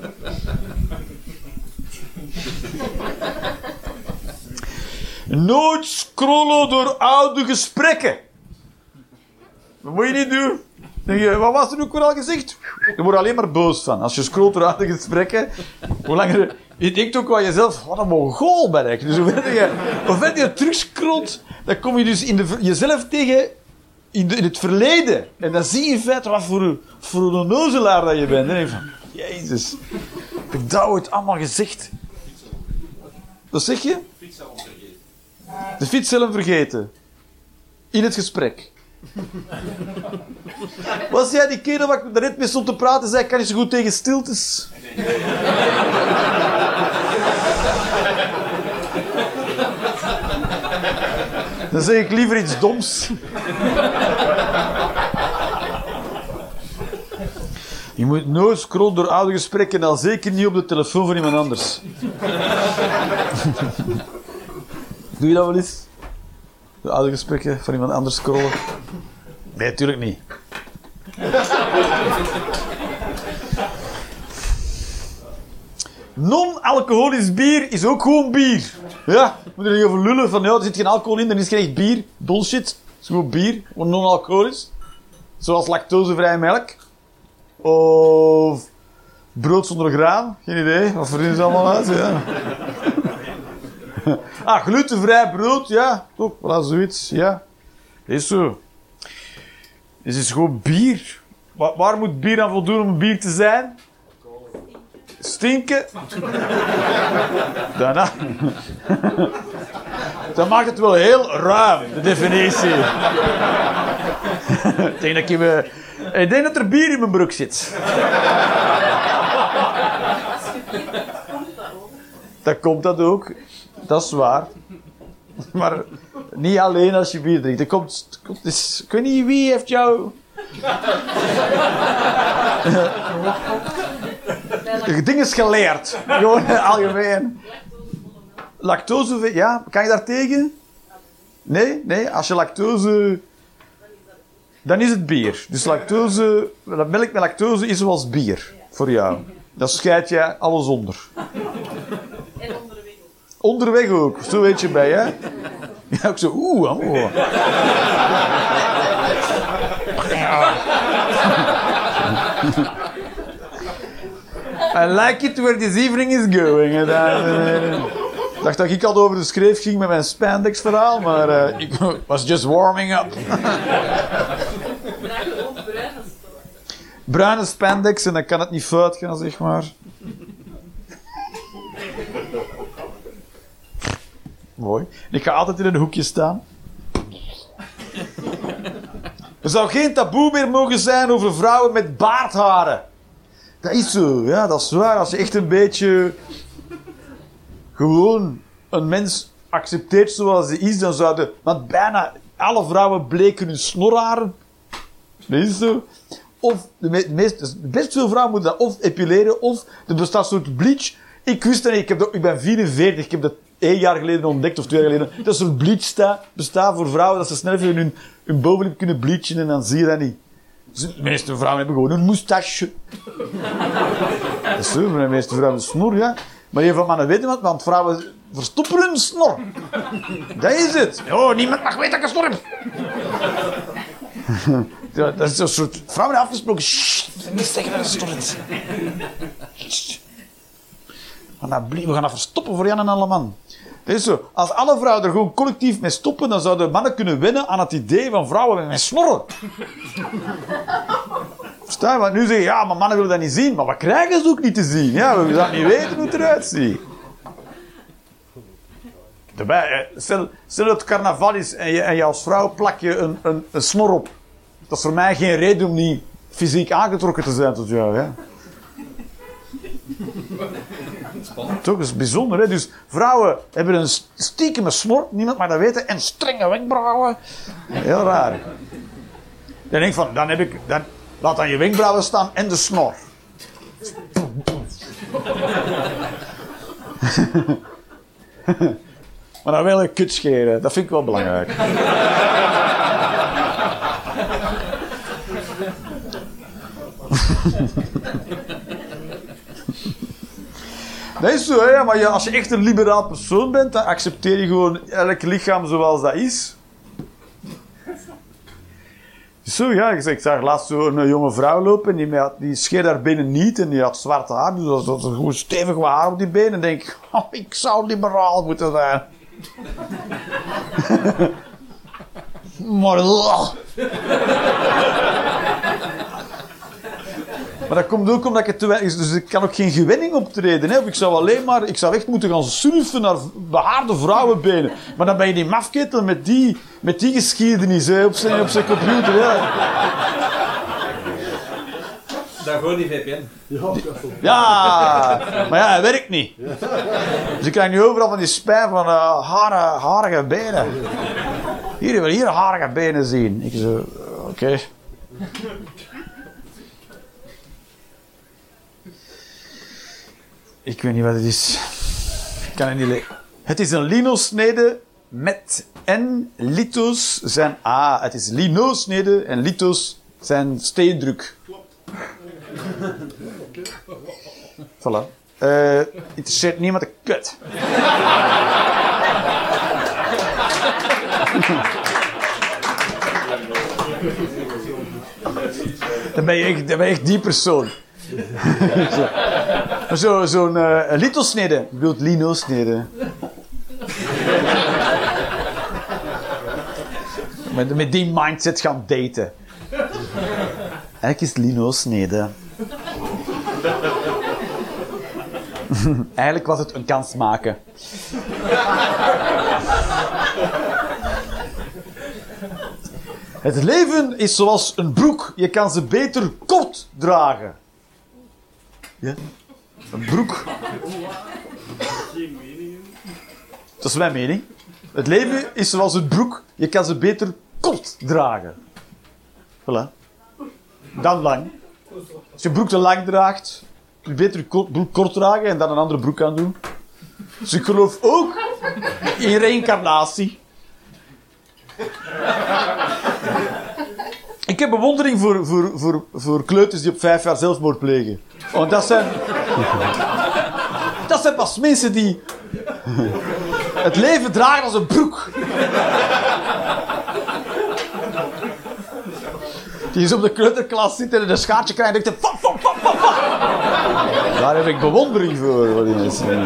B: Nooit scrollen door oude gesprekken. Dat moet je niet doen. Denk je, wat was er ook weer al gezegd? Je wordt alleen maar boos van. Als je scrolt door oude gesprekken, hoe langer... Je denkt ook wel jezelf, wat een Mongool ben ik. Dus hoe verder je terugscrolt, dan kom je dus jezelf tegen in het verleden. En dan zie je in feite wat voor een onnozelaar dat je bent. En dan denk je van, jezus, heb ik dat ooit allemaal gezegd? Wat zeg je? De fietshelm vergeten. In het gesprek. Was jij die kerel waar ik daarnet mee stond te praten, zei kan je zo goed tegen stiltes? Dan zeg ik liever iets doms. Je moet nooit scrollen door oude gesprekken en al zeker niet op de telefoon van iemand anders. Doe je dat wel eens? De oude gesprekken van iemand anders scrollen? Nee, natuurlijk niet. Non-alcoholisch bier is ook gewoon bier. Ja, moet er niet over lullen van ja, er zit geen alcohol in, dan is het geen echt bier. Bullshit. Het is gewoon bier, gewoon non-alcoholisch. Zoals lactosevrije melk. Of brood zonder graan. Geen idee, wat verdienen ze allemaal uit? Ja. Glutenvrij brood, ja. Toch, voilà, zoiets, ja. Is zo. Dus het is gewoon bier. Waar moet bier aan voldoen om bier te zijn? Stinken. Daarna. Dat maakt het wel heel ruim, de definitie. Ik denk dat er bier in mijn broek zit. Dan komt dat ook. Dat is waar. Maar niet alleen als je bier drinkt. Ik weet niet wie heeft jou... dingen geleerd. Gewoon algemeen. Lactose, ja, kan je daar tegen? Nee, als je lactose... Dan is het bier. Dus lactose, melk met lactose is zoals bier voor jou. Dan scheid je alles onder.
E: En onderweg ook.
B: Onderweg ook, zo weet je bij, hè? Ja, ook zo, I like it where this evening is going. Ik dacht dat ik al over de schreef ging met mijn spandex verhaal, maar ik was just warming up. Bruine spandex en dan kan het niet fout gaan, zeg maar. Mooi. En ik ga altijd in een hoekje staan. Er zou geen taboe meer mogen zijn over vrouwen met baardharen. Dat is zo, ja, dat is waar. Als je echt een beetje gewoon een mens accepteert zoals hij is, dan zouden... Want bijna alle vrouwen bleken hun snorharen. Dat is zo. Of best veel vrouwen moeten dat of epileren, of er bestaat een soort bleach. Ik wist dat niet, ik ben 44, ik heb dat 1 jaar geleden ontdekt, of 2 jaar geleden. Dat een soort bleach bestaat voor vrouwen, dat ze snel even hun bovenlip kunnen bleachen en dan zie je dat niet. De meeste vrouwen hebben gewoon een moustache. Dat is zo, de meeste vrouwen een snor, ja. Maar heel veel mannen weten wat, want vrouwen verstoppen hun snor. Dat is het. Oh, niemand mag weten dat ik een snor heb. Ja, dat is een soort... Vrouwen hebben afgesproken. Shh, niet zeggen dat het een snor is. We gaan dat verstoppen voor Jan en alle man. Dat is zo. Als alle vrouwen er gewoon collectief mee stoppen, dan zouden mannen kunnen wennen aan het idee van vrouwen met snorren. Verstaan je? Want nu zeggen je, ja, maar mannen willen dat niet zien. Maar we krijgen ze ook niet te zien. Ja, we willen dat niet weten hoe het eruit ziet. Daarbij, stel dat het carnaval is en je als vrouw plak je een snor op. Dat is voor mij geen reden om niet fysiek aangetrokken te zijn tot jou. Ja. Toch, dat is bijzonder, hè? Dus vrouwen hebben een stiekeme snor, niemand mag dat weten, en strenge wenkbrauwen. Heel raar. Dan denk ik van, laat dan je wenkbrauwen staan en de snor. Maar dan wel een kut scheren, dat vind ik wel belangrijk. Dat is zo, hè? Maar als je echt een liberaal persoon bent, dan accepteer je gewoon elk lichaam zoals dat is. Zo, ja, ik zag laatst zo een jonge vrouw lopen en die scheerde haar benen niet en die had zwart haar, dus dat was gewoon stevig wat haar op die benen. En denk ik, ik zou liberaal moeten zijn. Maar... Maar dat komt ook omdat ik het te weinig... Dus ik kan ook geen gewenning optreden. Hè? Of ik zou echt moeten gaan surfen naar behaarde vrouwenbenen. Maar dan ben je die mafketel met die geschiedenis hè, op zijn computer. Ja.
C: Dan gewoon die VPN.
B: Ja, maar ja, hij werkt niet. Dus ik krijg nu overal van die spijt van harige benen. Hier, je wil hier harige benen zien. Ik zo, oké. Ik weet niet wat het is. Ik kan het niet lezen. Het is een lino-snede met en lithos zijn... het is lino-snede en lithos zijn steendruk. Voilà. Interesseert niemand de kut. Dan ben je echt die persoon. Zo'n lithosnede. Ik bedoel lino-snede. Met die mindset gaan daten. Eigenlijk is het lino-snede. Eigenlijk was het een kans maken. Het leven is zoals een broek. Je kan ze beter kort dragen. Ja? Een broek.
D: Geen meningen.
B: Dat is mijn mening. Het leven is zoals een broek. Je kan ze beter kort dragen. Voilà. Dan lang. Als je broek te lang draagt, kun je beter je broek kort dragen en dan een andere broek aan doen. Dus ik geloof ook in reïncarnatie. Ik heb bewondering voor kleuters die op 5 jaar zelfmoord plegen. Want dat zijn pas mensen die het leven dragen als een broek. Die is op de kleuterklas zitten en een schaartje krijgt en denkt... Daar heb ik bewondering voor die mensen.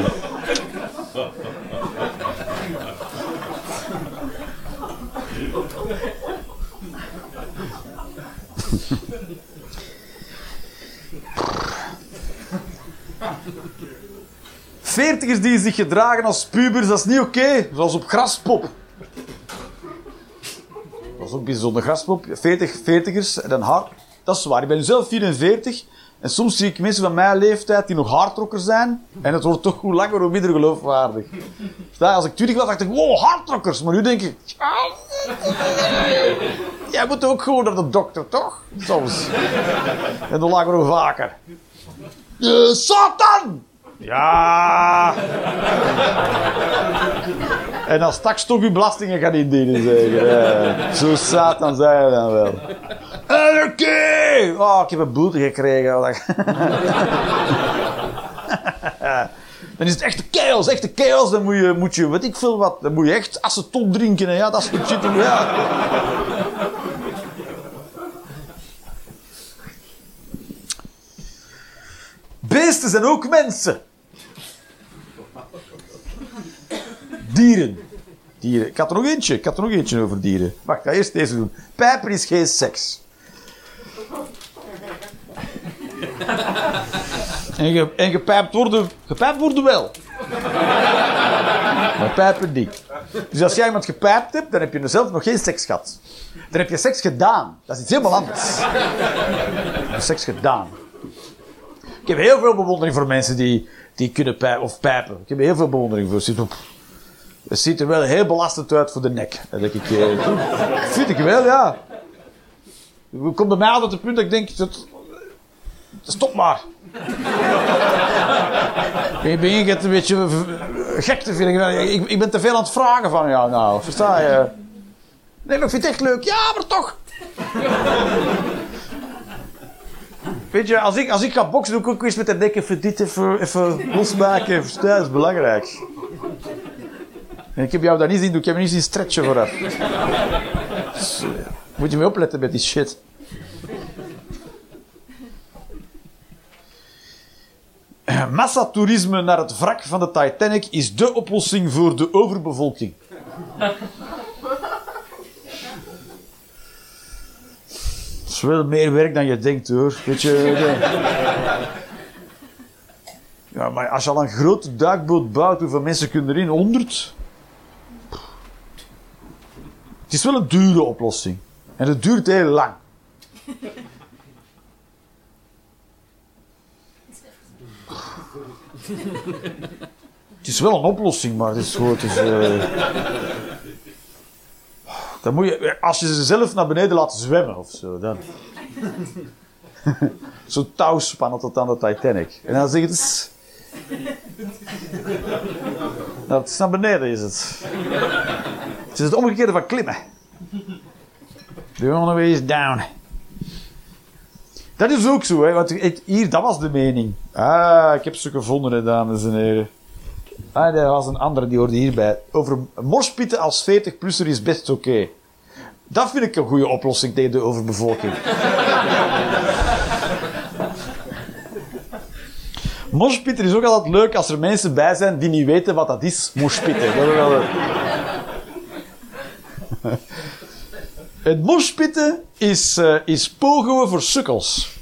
B: Veertigers die zich gedragen als pubers, dat is niet oké. Zoals op Graspop. Dat is ook bijzonder. Graspop, 40ers en een haar. Dat is waar. Ik ben nu zelf 44. En soms zie ik mensen van mijn leeftijd die nog haartrokkers zijn. En het wordt toch hoe langer hoe minder geloofwaardig. Als ik 20 was, dacht ik, wow, haartrokkers. Maar nu denk ik... Jij moet ook gewoon naar de dokter, toch? Soms. En dan langer hoe vaker. Satan! Ja. En dan straks toch uw belastingen gaan indienen, zeker. Zo Satan zijn we dan wel. Anarchy! Oh, ik heb een boete gekregen. Dan is het echte chaos. Dan moet je, weet ik veel wat, dan moet je echt aceton drinken. En ja, dat soort shit. Ja. Beesten zijn ook mensen. Dieren. Ik had er nog eentje over dieren. Wacht, ik ga eerst deze doen. Pijpen is geen seks. En gepijpt worden wel. Maar pijpen niet. Dus als jij iemand gepijpt hebt, dan heb je zelf nog geen seks gehad. Dan heb je seks gedaan. Dat is iets helemaal anders. Seks gedaan. Ik heb heel veel bewondering voor mensen die kunnen pijpen. Ik heb heel veel bewondering voor. Het ziet er wel heel belastend uit voor de nek. Dat denk ik. Vind ik wel, ja. Het komt bij mij altijd het punt dat ik denk... Stop maar. Ik begin het een beetje gek te vinden. Ik ben te veel aan het vragen van jou nou. Versta je? Nee, maar ik vind het echt leuk. Ja, maar toch. Weet je, als ik ga boksen, doe ik ook eens met de nek even dit even losmaken. Dat is belangrijk. En ik heb jou dat niet zien doen. Ik heb je niet zien stretchen vooraf. Dus, moet je mee opletten met die shit. Massatoerisme naar het wrak van de Titanic is dé oplossing voor de overbevolking. Dat is wel meer werk dan je denkt, hoor. Weet je... Ja, maar als je al een grote duikboot bouwt, hoeveel mensen kunnen erin? 100? Het is wel een dure oplossing. En het duurt heel lang. Het is wel een oplossing, maar het is gewoon... Dan moet je, als je ze zelf naar beneden laat zwemmen of zo, dan... Zo'n touwspannen tot aan de Titanic. En dan zeg je... Nou, het is naar beneden, is het. Het is het omgekeerde van klimmen. The only way is down. Dat is ook zo, hè. Want hier, dat was de mening. Ik heb ze gevonden, hè, dames en heren. Er was een andere, die hoorde hierbij. Over morspitten als 40-plusser is best oké. Dat vind ik een goede oplossing tegen de overbevolking. Morspitten is ook altijd leuk als er mensen bij zijn die niet weten wat dat is. Morspitten. Dat is wel... Het morspitten is pogoen voor sukkels.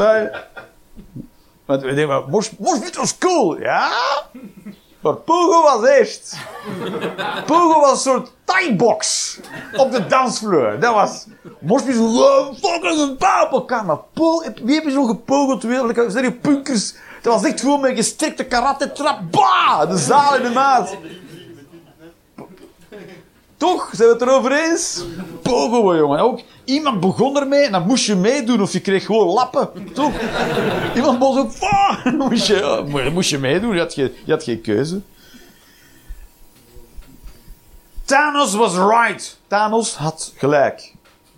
B: Want we denken, morspitten was cool. Ja? Maar pogo was eerst. Pogo was een soort thai-box op de dansvloer. Dat was... Morspit zo... Fuckers en pauw op elkaar. Maar wie heb je zo gepogeld? Zijn die punkers? Dat was echt gewoon met een gestrekte karate-trap. Bah! De zaal in de maat. Toch? Zijn we het erover eens? Pogo, jongen. Ook iemand begon ermee en dan moest je meedoen of je kreeg gewoon lappen. Toch? Iemand begon zo... moest je meedoen. Je had geen keuze. Thanos was right. Thanos had gelijk.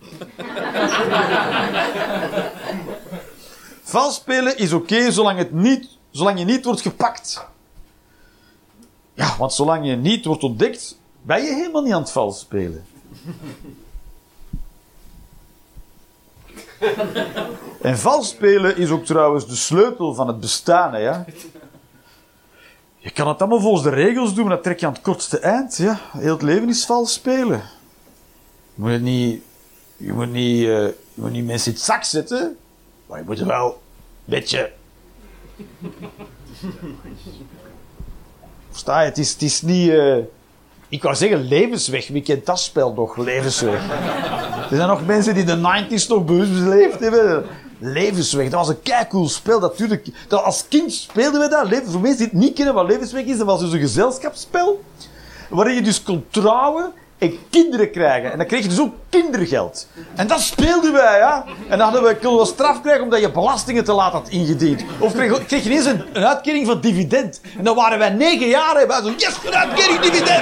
B: Vals spelen is oké zolang je niet wordt gepakt. Ja, want zolang je niet wordt ontdekt, ben je helemaal niet aan het vals spelen. En vals spelen is ook trouwens de sleutel van het bestaan, hè, ja. Je kan het allemaal volgens de regels doen, maar dat trek je aan het kortste eind. Ja, heel het leven is vals spelen. Je moet niet mensen in het zak zetten, maar je moet er wel een beetje... Versta je? Het is niet... Ik wou zeggen levensweg. Wie kent dat spel nog? Levensweg. Er zijn nog mensen die de 90's nog bewust beleefd hebben. Levensweg. Dat was een keicool spel. Natuurlijk. Als kind speelden we dat. Voor mensen die het niet kennen wat levensweg is, dat was dus een gezelschapsspel. Waarin je dus kon trouwen en kinderen krijgen. En dan kreeg je dus ook kindergeld. En dat speelden wij, ja. En dan konden we straf krijgen omdat je belastingen te laat had ingediend. Of kreeg je ineens een uitkering van dividend. En dan waren wij 9 jaar en wij zo, yes, een uitkering dividend!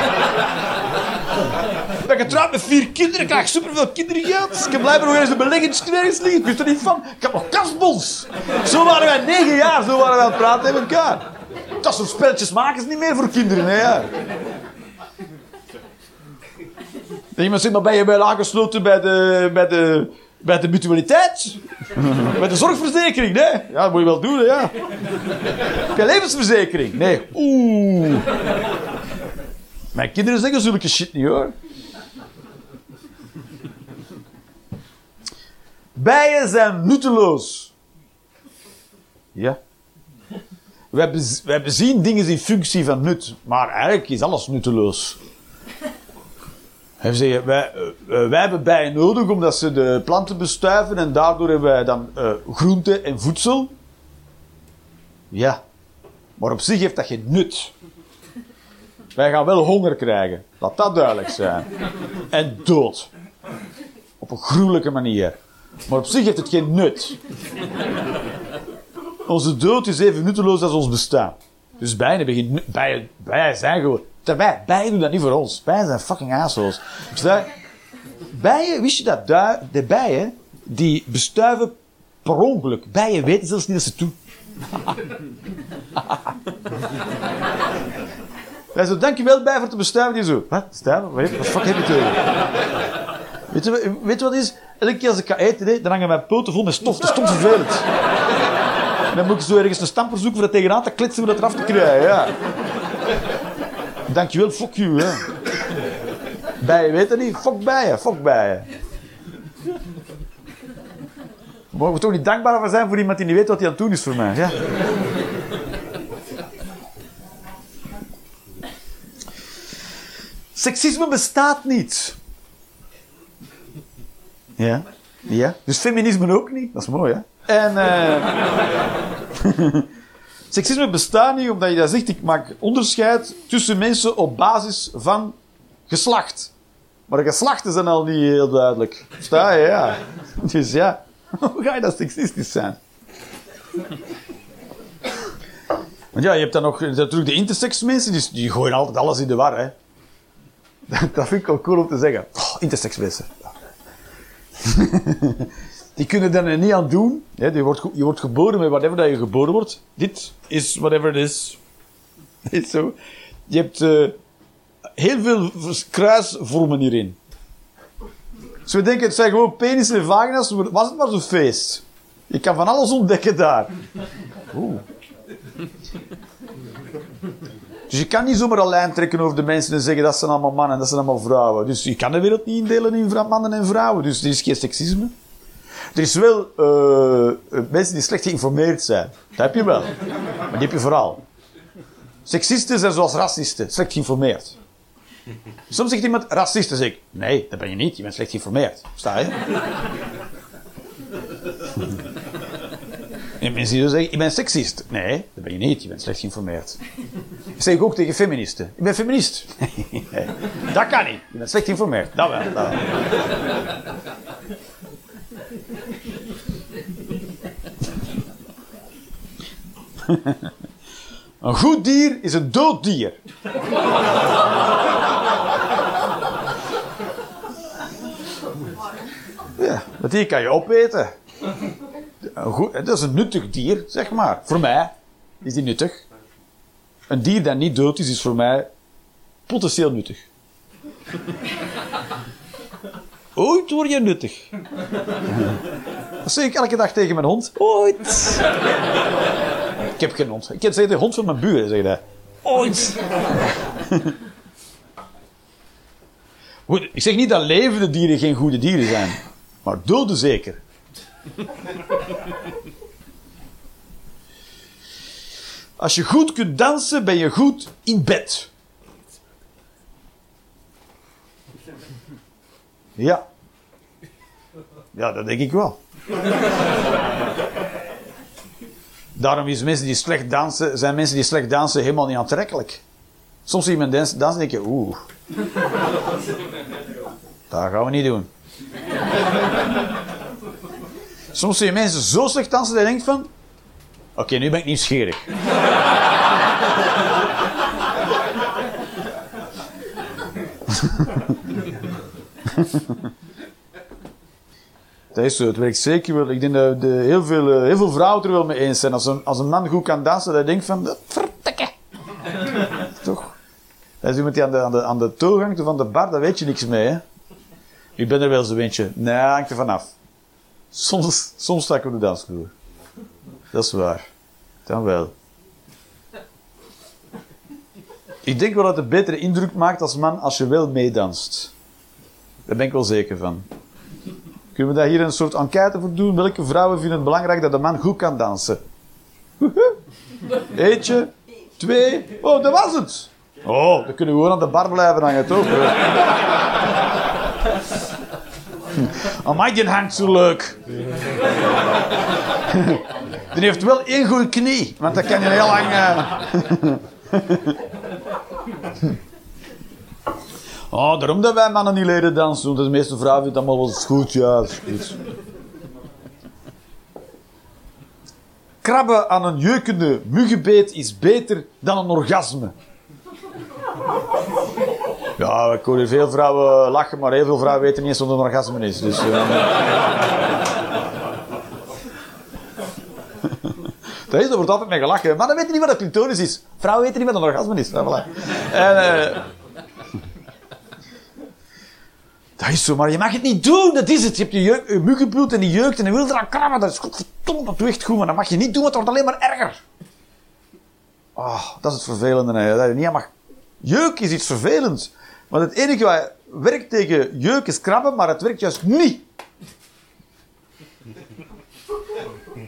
B: Ik ben getrouwd met 4 kinderen, ik krijg superveel kindergeld. Ik heb blijkbaar nog eens een beleggingskrediet liggen. Ik wist er niet van. Ik heb nog kasbons. Zo waren wij 9 jaar, zo waren wij aan het praten met elkaar. Dat soort spelletjes maken ze niet meer voor kinderen, hè, ja. Iemand zegt, maar ben je wel aangesloten bij de mutualiteit? Bij de zorgverzekering, nee? Ja, dat moet je wel doen, hè, ja. Heb je levensverzekering? Nee. Oeh. Mijn kinderen zeggen zulke shit niet, hoor. Bijen zijn nutteloos. Ja. Wij bezien dingen in functie van nut, maar eigenlijk is alles nutteloos. Wij hebben bijen nodig omdat ze de planten bestuiven en daardoor hebben wij dan groente en voedsel. Ja, maar op zich heeft dat geen nut. Wij gaan wel honger krijgen, laat dat duidelijk zijn. En dood. Op een gruwelijke manier. Maar op zich heeft het geen nut. Onze dood is even nutteloos als ons bestaan. Dus bijen hebben geen nut. Bijen zijn gewoon... Terwijl, bijen doen dat niet voor ons. Bijen zijn fucking assholes. Bijen, wist je dat? De bijen, die bestuiven per ongeluk. Bijen weten zelfs niet dat ze het doen. Wij zo, dankjewel bij voor te bestuiven. Die zo, wat? Stuiven? Wat de fuck heb je tegen? Weet je wat het is? Elke keer als ik ga eten, dan hangen mijn poten vol met stof. Dat is stom vervelend. En dan moet ik zo ergens een stamper zoeken voor dat tegenaan te kletsen om dat eraf te krijgen. Ja. Dankjewel, fuck you, hè. Bijen weten niet, fuck bijen. Mogen we toch niet dankbaar voor zijn voor iemand die niet weet wat hij aan het doen is voor mij. Ja. Seksisme bestaat niet. Ja. Ja. Dus feminisme ook niet. Dat is mooi, hè? En... Seksisme bestaat niet omdat je dat zegt, ik maak onderscheid tussen mensen op basis van geslacht. Maar de geslachten zijn al niet heel duidelijk. Versta je? Ja. Dus ja, hoe ga je dat seksistisch zijn? Want ja, je hebt dan nog natuurlijk de intersex mensen, die gooien altijd alles in de war, hè. Dat vind ik wel cool om te zeggen. Oh, intersex mensen. Die kunnen daar niet aan doen. Je wordt geboren met whatever dat je geboren wordt. Dit is whatever it is. Is zo. Je hebt heel veel kruisvormen hierin. Dus we denken, het zijn gewoon penissen en vagina's. Was het maar zo'n feest. Je kan van alles ontdekken daar. Oeh. Dus je kan niet zomaar een lijn trekken over de mensen en zeggen dat zijn allemaal mannen en dat zijn allemaal vrouwen. Dus je kan de wereld niet indelen in mannen en vrouwen. Dus er is geen seksisme. Er is wel mensen die slecht geïnformeerd zijn. Dat heb je wel. Maar die heb je vooral. Seksisten zijn zoals racisten. Slecht geïnformeerd. Soms zegt iemand racisten. Zeg ik, nee, dat ben je niet. Je bent slecht geïnformeerd. Sta je? En mensen die zeggen, ik ben seksist. Nee, dat ben je niet. Je bent slecht geïnformeerd. Dat zeg ik ook tegen feministen. Ik ben feminist. Nee, dat kan niet. Je bent slecht geïnformeerd. Dat wel. Dat wel. Een goed dier is een dood dier. Ja, dat dier kan je opeten. Dat is een nuttig dier, zeg maar. Voor mij is die nuttig. Een dier dat niet dood is voor mij potentieel nuttig. Ooit word je nuttig. Dat zeg ik elke dag tegen mijn hond. Ooit. Ik heb geen hond. Ik ken de hond van mijn buren, zeg dat. Ooit. Goed, ik zeg niet dat levende dieren geen goede dieren zijn. Maar dode zeker. Als je goed kunt dansen, ben je goed in bed. Ja. Ja, dat denk ik wel. Daarom zijn mensen die slecht dansen helemaal niet aantrekkelijk. Soms zie je mensen dansen en denk je, oeh. Dat gaan we niet doen. Soms zie je mensen zo slecht dansen dat je denkt van... Oké, nu ben ik nieuwsgierig. Dat is zo, het werkt zeker wel. Ik denk dat heel veel vrouwen er wel mee eens zijn. Als een man goed kan dansen, dat je denkt van... Vertekken! Toch? Dat is iemand die aan de toog hangt van de bar, daar weet je niks mee, hè. Ik ben er wel zo'n eentje. Nee, hangt er vanaf. Soms sta ik op de dansvloer. Dat is waar. Dan wel. Ik denk wel dat het een betere indruk maakt als man als je wel meedanst. Daar ben ik wel zeker van. Kunnen we daar hier een soort enquête voor doen? Welke vrouwen vinden het belangrijk dat de man goed kan dansen? Eentje, 2, oh, dat was het! Oh, dan kunnen we gewoon aan de bar blijven hangen, toch? Amai, die hangt zo leuk. Die heeft wel één goede knie, want dat kan je heel lang... Oh, daarom dat wij mannen niet leren dansen, want de meeste vrouwen vinden het allemaal wel eens goed. Ja, dat is goed. Krabben aan een jeukende muggenbeet is beter dan een orgasme. Ja, ik hoor hier veel vrouwen lachen, maar heel veel vrouwen weten niet eens wat een orgasme is. Dus, er wordt altijd mee gelachen. Maar dan weten niet wat een clitoris is. Vrouwen weten niet wat een orgasme is. Ja, voilà. En, dat is zo, maar je mag het niet doen, dat is het. Je hebt je muggenbloed en die jeukt en je wil eraan krabben. Dat is godverdomme, dat doe echt goed, maar dat mag je niet doen, want het wordt alleen maar erger. Oh, dat is het vervelende. Hè. Dat je niet aan mag. Jeuk is iets vervelends. Want het enige wat werkt tegen jeuk is krabben, maar het werkt juist niet.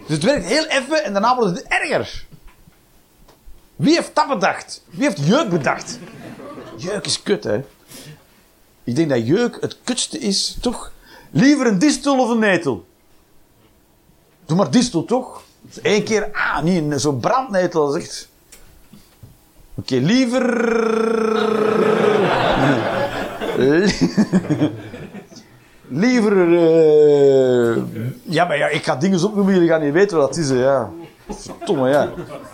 B: Dus het werkt heel even en daarna wordt het erger. Wie heeft dat bedacht? Wie heeft jeuk bedacht? Jeuk is kut, hè. Ik denk dat jeuk het kutste is, toch? Liever een distel of een netel? Doe maar distel, toch? Dus 1 keer, niet zo'n brandnetel, zegt. Oké, liever... liever... Ja, maar ja, ik ga dingen opnoemen, jullie gaan niet weten wat dat is, hè. Ja. Verdomme, ja.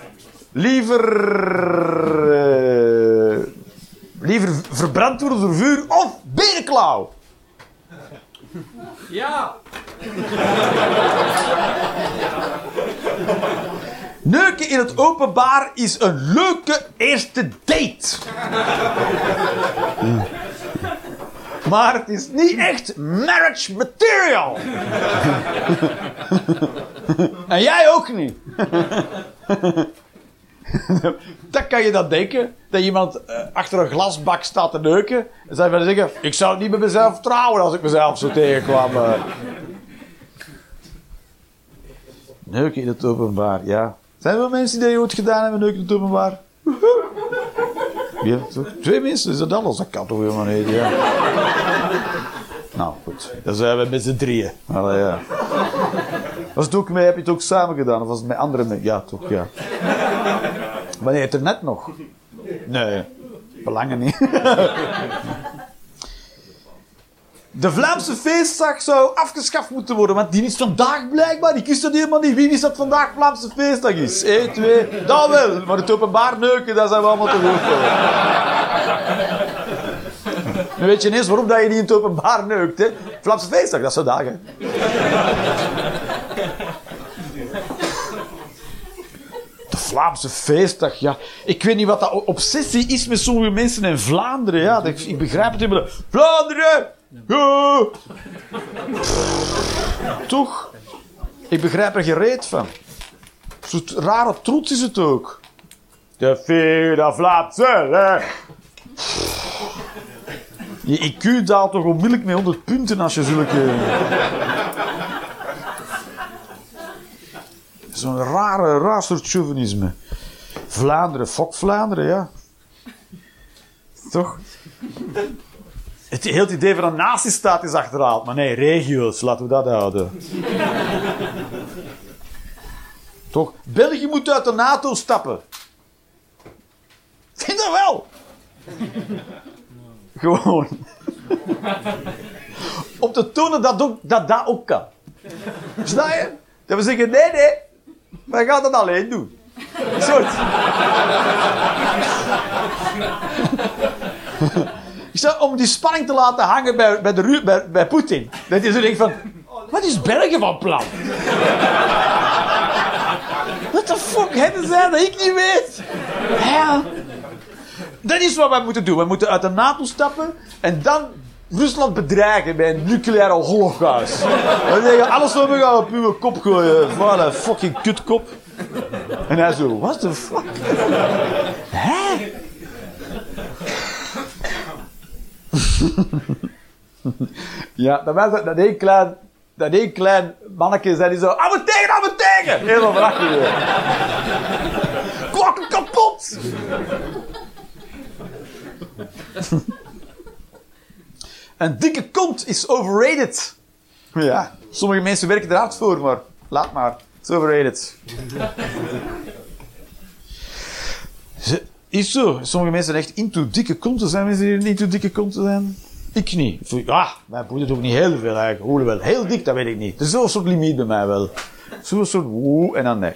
B: Liever verbrand worden door vuur of berenklauw.
D: Ja!
B: Neuken in het openbaar is een leuke eerste date. Maar het is niet echt marriage material. En jij ook niet. Dan kan je dat denken. Dat iemand achter een glasbak staat te neuken. En zou je van zeggen, ik zou het niet met mezelf trouwen als ik mezelf zo tegenkwam. Neuken in het openbaar, ja. Zijn er wel mensen die dat ooit gedaan hebben, neuken in het openbaar? Ja, toch? 2 mensen, is dat alles? Dat kan toch helemaal niet, ja. Nou, goed. Dan zijn we met z'n 3. Allee, ja. Was het ook mee, heb je het ook samen gedaan? Of was het met anderen mee? Ja, toch, ja. Wanneer het er net nog? Nee, belangen niet. De Vlaamse feestdag zou afgeschaft moeten worden, want die is vandaag blijkbaar. Ik wist dat helemaal niet. Wie wist dat vandaag Vlaamse feestdag is? 1, 2, dat wel. Maar het openbaar neuken, dat zijn we allemaal te goed voor. Nu weet je ineens waarom dat je niet in het openbaar neukt, hè? Vlaamse feestdag, dat is vandaag, hè. De Vlaamse feestdag, ja. Ik weet niet wat dat obsessie is met sommige mensen in Vlaanderen, ja. Ik begrijp het helemaal. Vlaanderen! Ja. Toch? Ik begrijp er geen reet van. Zo'n rare trots is het ook. De vierde Vlaamse, hè. Je IQ daalt toch onmiddellijk met 100 punten als je zulke... Zo'n raar soort chauvinisme. Vlaanderen, fuck Vlaanderen, ja. Toch? Het hele idee van een nazistaat is achterhaald. Maar nee, regio's, laten we dat houden. Toch? België moet uit de NATO stappen. Vind dat wel? Gewoon. Om te tonen dat ook kan. Snap je? Dat we zeggen, nee, wij gaan dat alleen doen. Soort. Om die spanning te laten hangen bij Poetin. Dat je zo denkt van, wat is België van plan? What the fuck hebben zij dat ik niet weet? Ja. Dat is wat wij moeten doen. We moeten uit de NATO stappen en dan Rusland bedreigen bij een nucleaire holocaust. We zeggen, alles wat we gaan op uw kop gooien. Voilà, fucking kutkop. En hij zo, what the fuck? Hè? Ja, dat één klein manneke zei die zo, aan me tegen! Helemaal vrachtje weer. Klokken kapot! Een dikke kont is overrated. Ja, sommige mensen werken er hard voor, maar laat maar. Het is overrated. Is zo. Sommige mensen zijn echt into dikke konten. Zijn mensen die niet into dikke konten zijn? Ik niet. Ja, mijn broeder doet ook niet heel veel eigenlijk. Hoewel, heel dik, dat weet ik niet. Er is zo'n soort limiet bij mij wel. Zo'n soort woe en dan nee.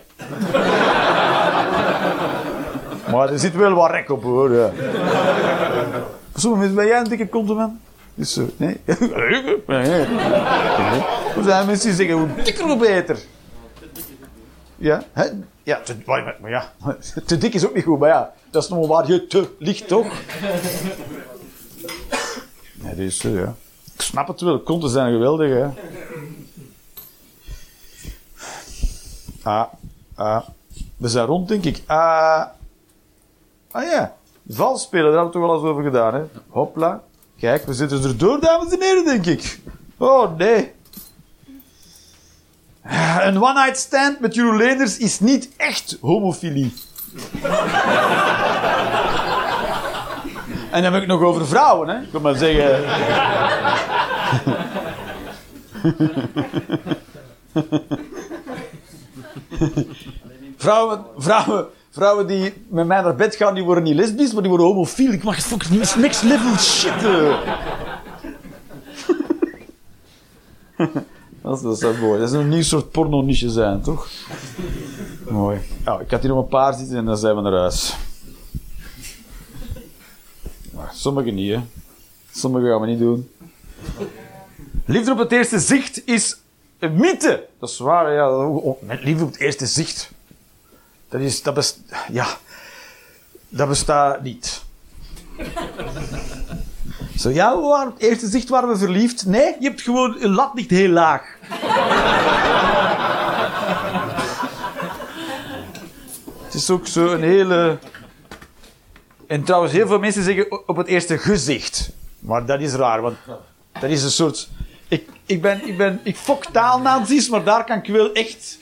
B: Maar er zit wel wat rek op hoor. Ja. Sommige mensen, ben jij een dikke konten man? Dus zo, nee. Er zijn mensen die zeggen, hoe dikker hoe beter. Ja, hè? Ja, maar ja, te dik is ook niet goed, maar ja, dat is nog waar je te ligt, toch? Nee, dat is zo, ja. Ik snap het wel, konten zijn geweldig, hè. We zijn rond, denk ik. Ja, valspelen, daar hebben we toch wel eens over gedaan, hè. Hopla. Kijk, we zitten erdoor, dames en heren, denk ik. Oh, nee. Een one-night stand met Jeroen Leenders is niet echt homofilie. En dan heb ik het nog over vrouwen, hè. Ik wil maar zeggen... Vrouwen die met mij naar bed gaan, die worden niet lesbisch, maar die worden homofiel. Ik mag fucking next level shit. Dat is mooi. Dat is een nieuw soort porno-niche zijn, toch? Mooi. Nou, ik had hier nog een paar zitten en dan zijn we naar huis. Maar sommige niet, hè. Sommige gaan we niet doen. Liefde op het eerste zicht is een mythe. Dat is waar, ja. Met liefde op het eerste zicht. Dat bestaat niet. Zo, ja, op het eerste zicht waren we verliefd. Nee, je hebt gewoon een lat ligt heel laag. Het is ook zo een hele... En trouwens, heel veel mensen zeggen op het eerste gezicht. Maar dat is raar, want dat is een soort... Ik fok taalnazi's, maar daar kan ik wel echt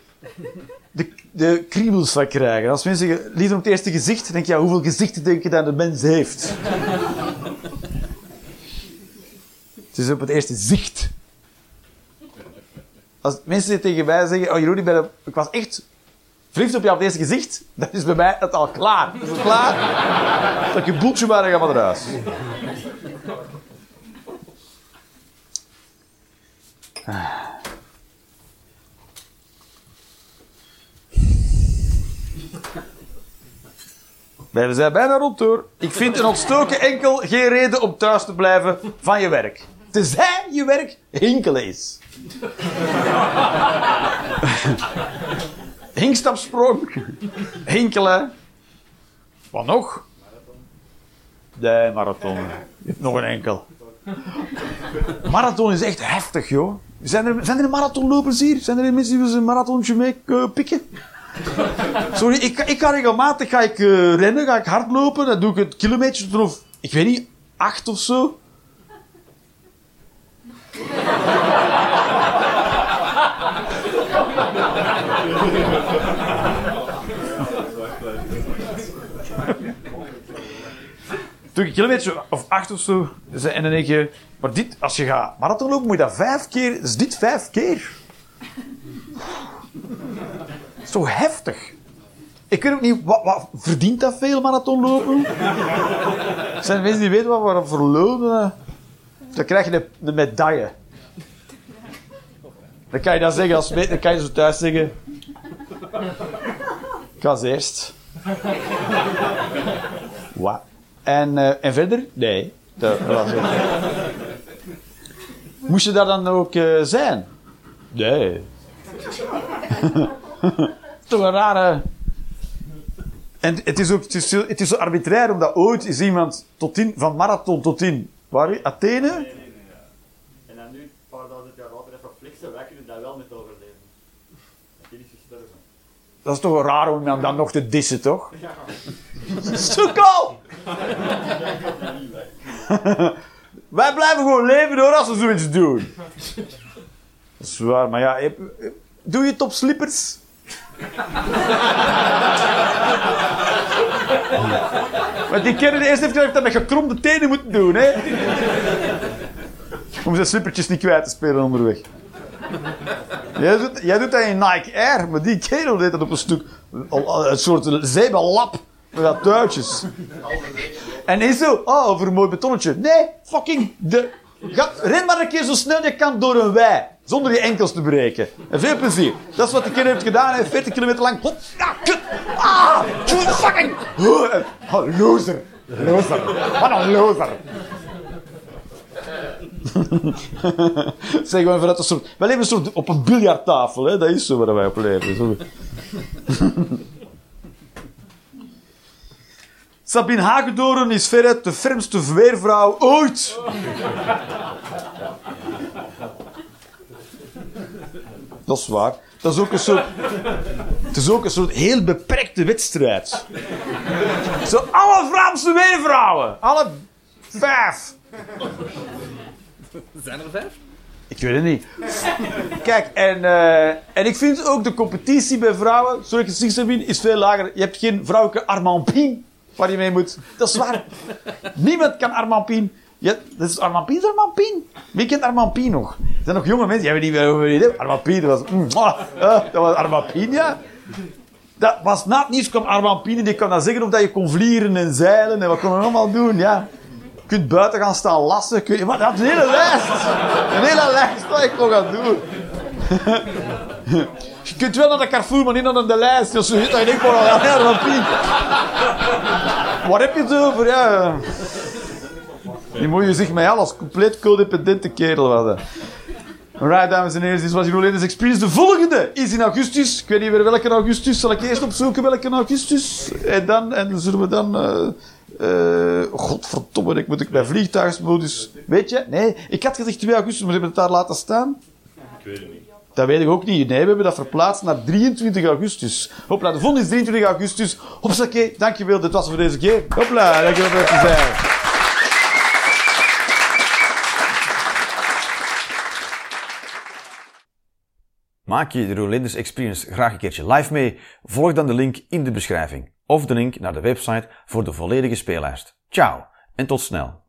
B: de kriebels van krijgen. Als mensen zeggen, liefde op het eerste gezicht, denk je, ja, hoeveel gezichten denk je dat de mens heeft? Het is op het eerste zicht. Als mensen tegen mij zeggen, oh Jeroen, ik was echt verliefd op jou op het eerste gezicht, dan is bij mij het al klaar. Is het klaar? Dat je boeltje maar en ga maar naar huis. We zijn bijna rond hoor. Ik vind een ontstoken enkel geen reden om thuis te blijven van je werk. Tenzij je werk hinkelen is. Hinkstapsprong. Hinkelen. Wat nog? Nee, marathon. Je hebt nog een enkel. Marathon is echt heftig, joh. Zijn er marathonlopers hier? Zijn er mensen die een marathonje mee pikken? Sorry, ik ga regelmatig rennen, ga ik hardlopen. Dan doe ik het kilometer of, ik weet niet, 8 of zo. Doe ik een kilometer of 8 of zo. En dan denk je, maar dit, als je gaat marathon lopen, moet je dat 5 keer. Dus dit 5 keer. Dat is toch heftig? Ik weet ook niet, wat verdient dat veel marathonlopen? Zijn er mensen die weten wat we voor lopen? Dan krijg je de medaille. Dan kan je dat zeggen, dan kan je zo thuis zeggen. Ik ga als eerst. Wat? En verder? Nee. Dat was het. Moest je daar dan ook zijn? Nee. Toch een rare... En het is zo arbitrair, omdat ooit is iemand van marathon tot in... Waar? Athene?
F: Nee. En dan nu, een paar duizend jaar later, even flexen, wij kunnen daar wel met overleven. Dat is gestorven.
B: Dat is toch wel raar om hem dan nog te dissen, toch? Ja. Sukkel! Wij blijven gewoon leven hoor, als we zoiets doen. Dat is waar, maar ja... Doe je topslippers? Want die kerel eerst heeft dat met gekromde tenen moeten doen, hè? Om zijn slippertjes niet kwijt te spelen onderweg. Jij doet dat in Nike Air, maar die kerel deed dat op een stuk... Een soort zeebellap met dat touwtjes. En is zo, over een mooi betonnetje. Nee, fucking... Ren maar een keer zo snel je kan door een wei. Zonder je enkels te breken. En veel plezier. Dat is wat de kerel heeft gedaan. Hij 40 kilometer lang... Hop, kut. Fucking... Oh, loser. Wat een loser. Zeg maar vanuit een soort... Wij leven een soort op een biljarttafel. Hè? Dat is zo waar wij op leven. Sabine Hagedoorn is veruit de fermste weervrouw ooit. Dat is waar. Dat is ook een soort... Het is ook een soort heel beperkte wedstrijd. Zo alle Vlaamse weervrouwen. Alle 5.
G: Zijn er 5?
B: Ik weet het niet. Kijk, en ik vind ook de competitie bij vrouwen, sorry ik het zeg vind, is veel lager. Je hebt geen vrouwelijke Armand Pien waar je mee moet. Dat is waar. Niemand kan Armand Pien. Ja, dat is Armand Pien, Wie kent Armand Pien nog? Er zijn nog jonge mensen, die hebben niet meer over idee. Armand Pien, dat was Armand Pien, ja. Dat was na het nieuws kwam Armand Pien en die kan dan zeggen of dat je kon vlieren en zeilen en wat kon je allemaal doen, ja. Je kunt buiten gaan staan lassen. Maar dat is een hele lijst. Een hele lijst wat ik kon gaan doen. Je kunt wel naar de Carrefour, maar niet naar de lijst. Dus je denkt maar aan Armand Pien. Waar heb je het over, ja? Die moet je zich met alles compleet codependente kerel hadden. Alright, dames en heren, dit was Jeroen Leenders Experience. De volgende is in augustus. Ik weet niet meer welke augustus. Zal ik eerst opzoeken welke augustus? En dan zullen we dan... godverdomme, ik moet bij vliegtuigsmodus... Weet je? Nee, ik had gezegd 2 augustus, maar ze hebben het daar laten staan.
D: Ik weet het niet.
B: Dat weet ik ook niet. Nee, we hebben dat verplaatst naar 23 augustus. Hopla, de volgende is 23 augustus. Hopsakee, dankjewel. Dit was het voor deze keer. Hopla, dankjewel voor het te zijn.
A: Maak je de Jeroen Leenders Experience graag een keertje live mee? Volg dan de link in de beschrijving. Of de link naar de website voor de volledige speellijst. Ciao en tot snel.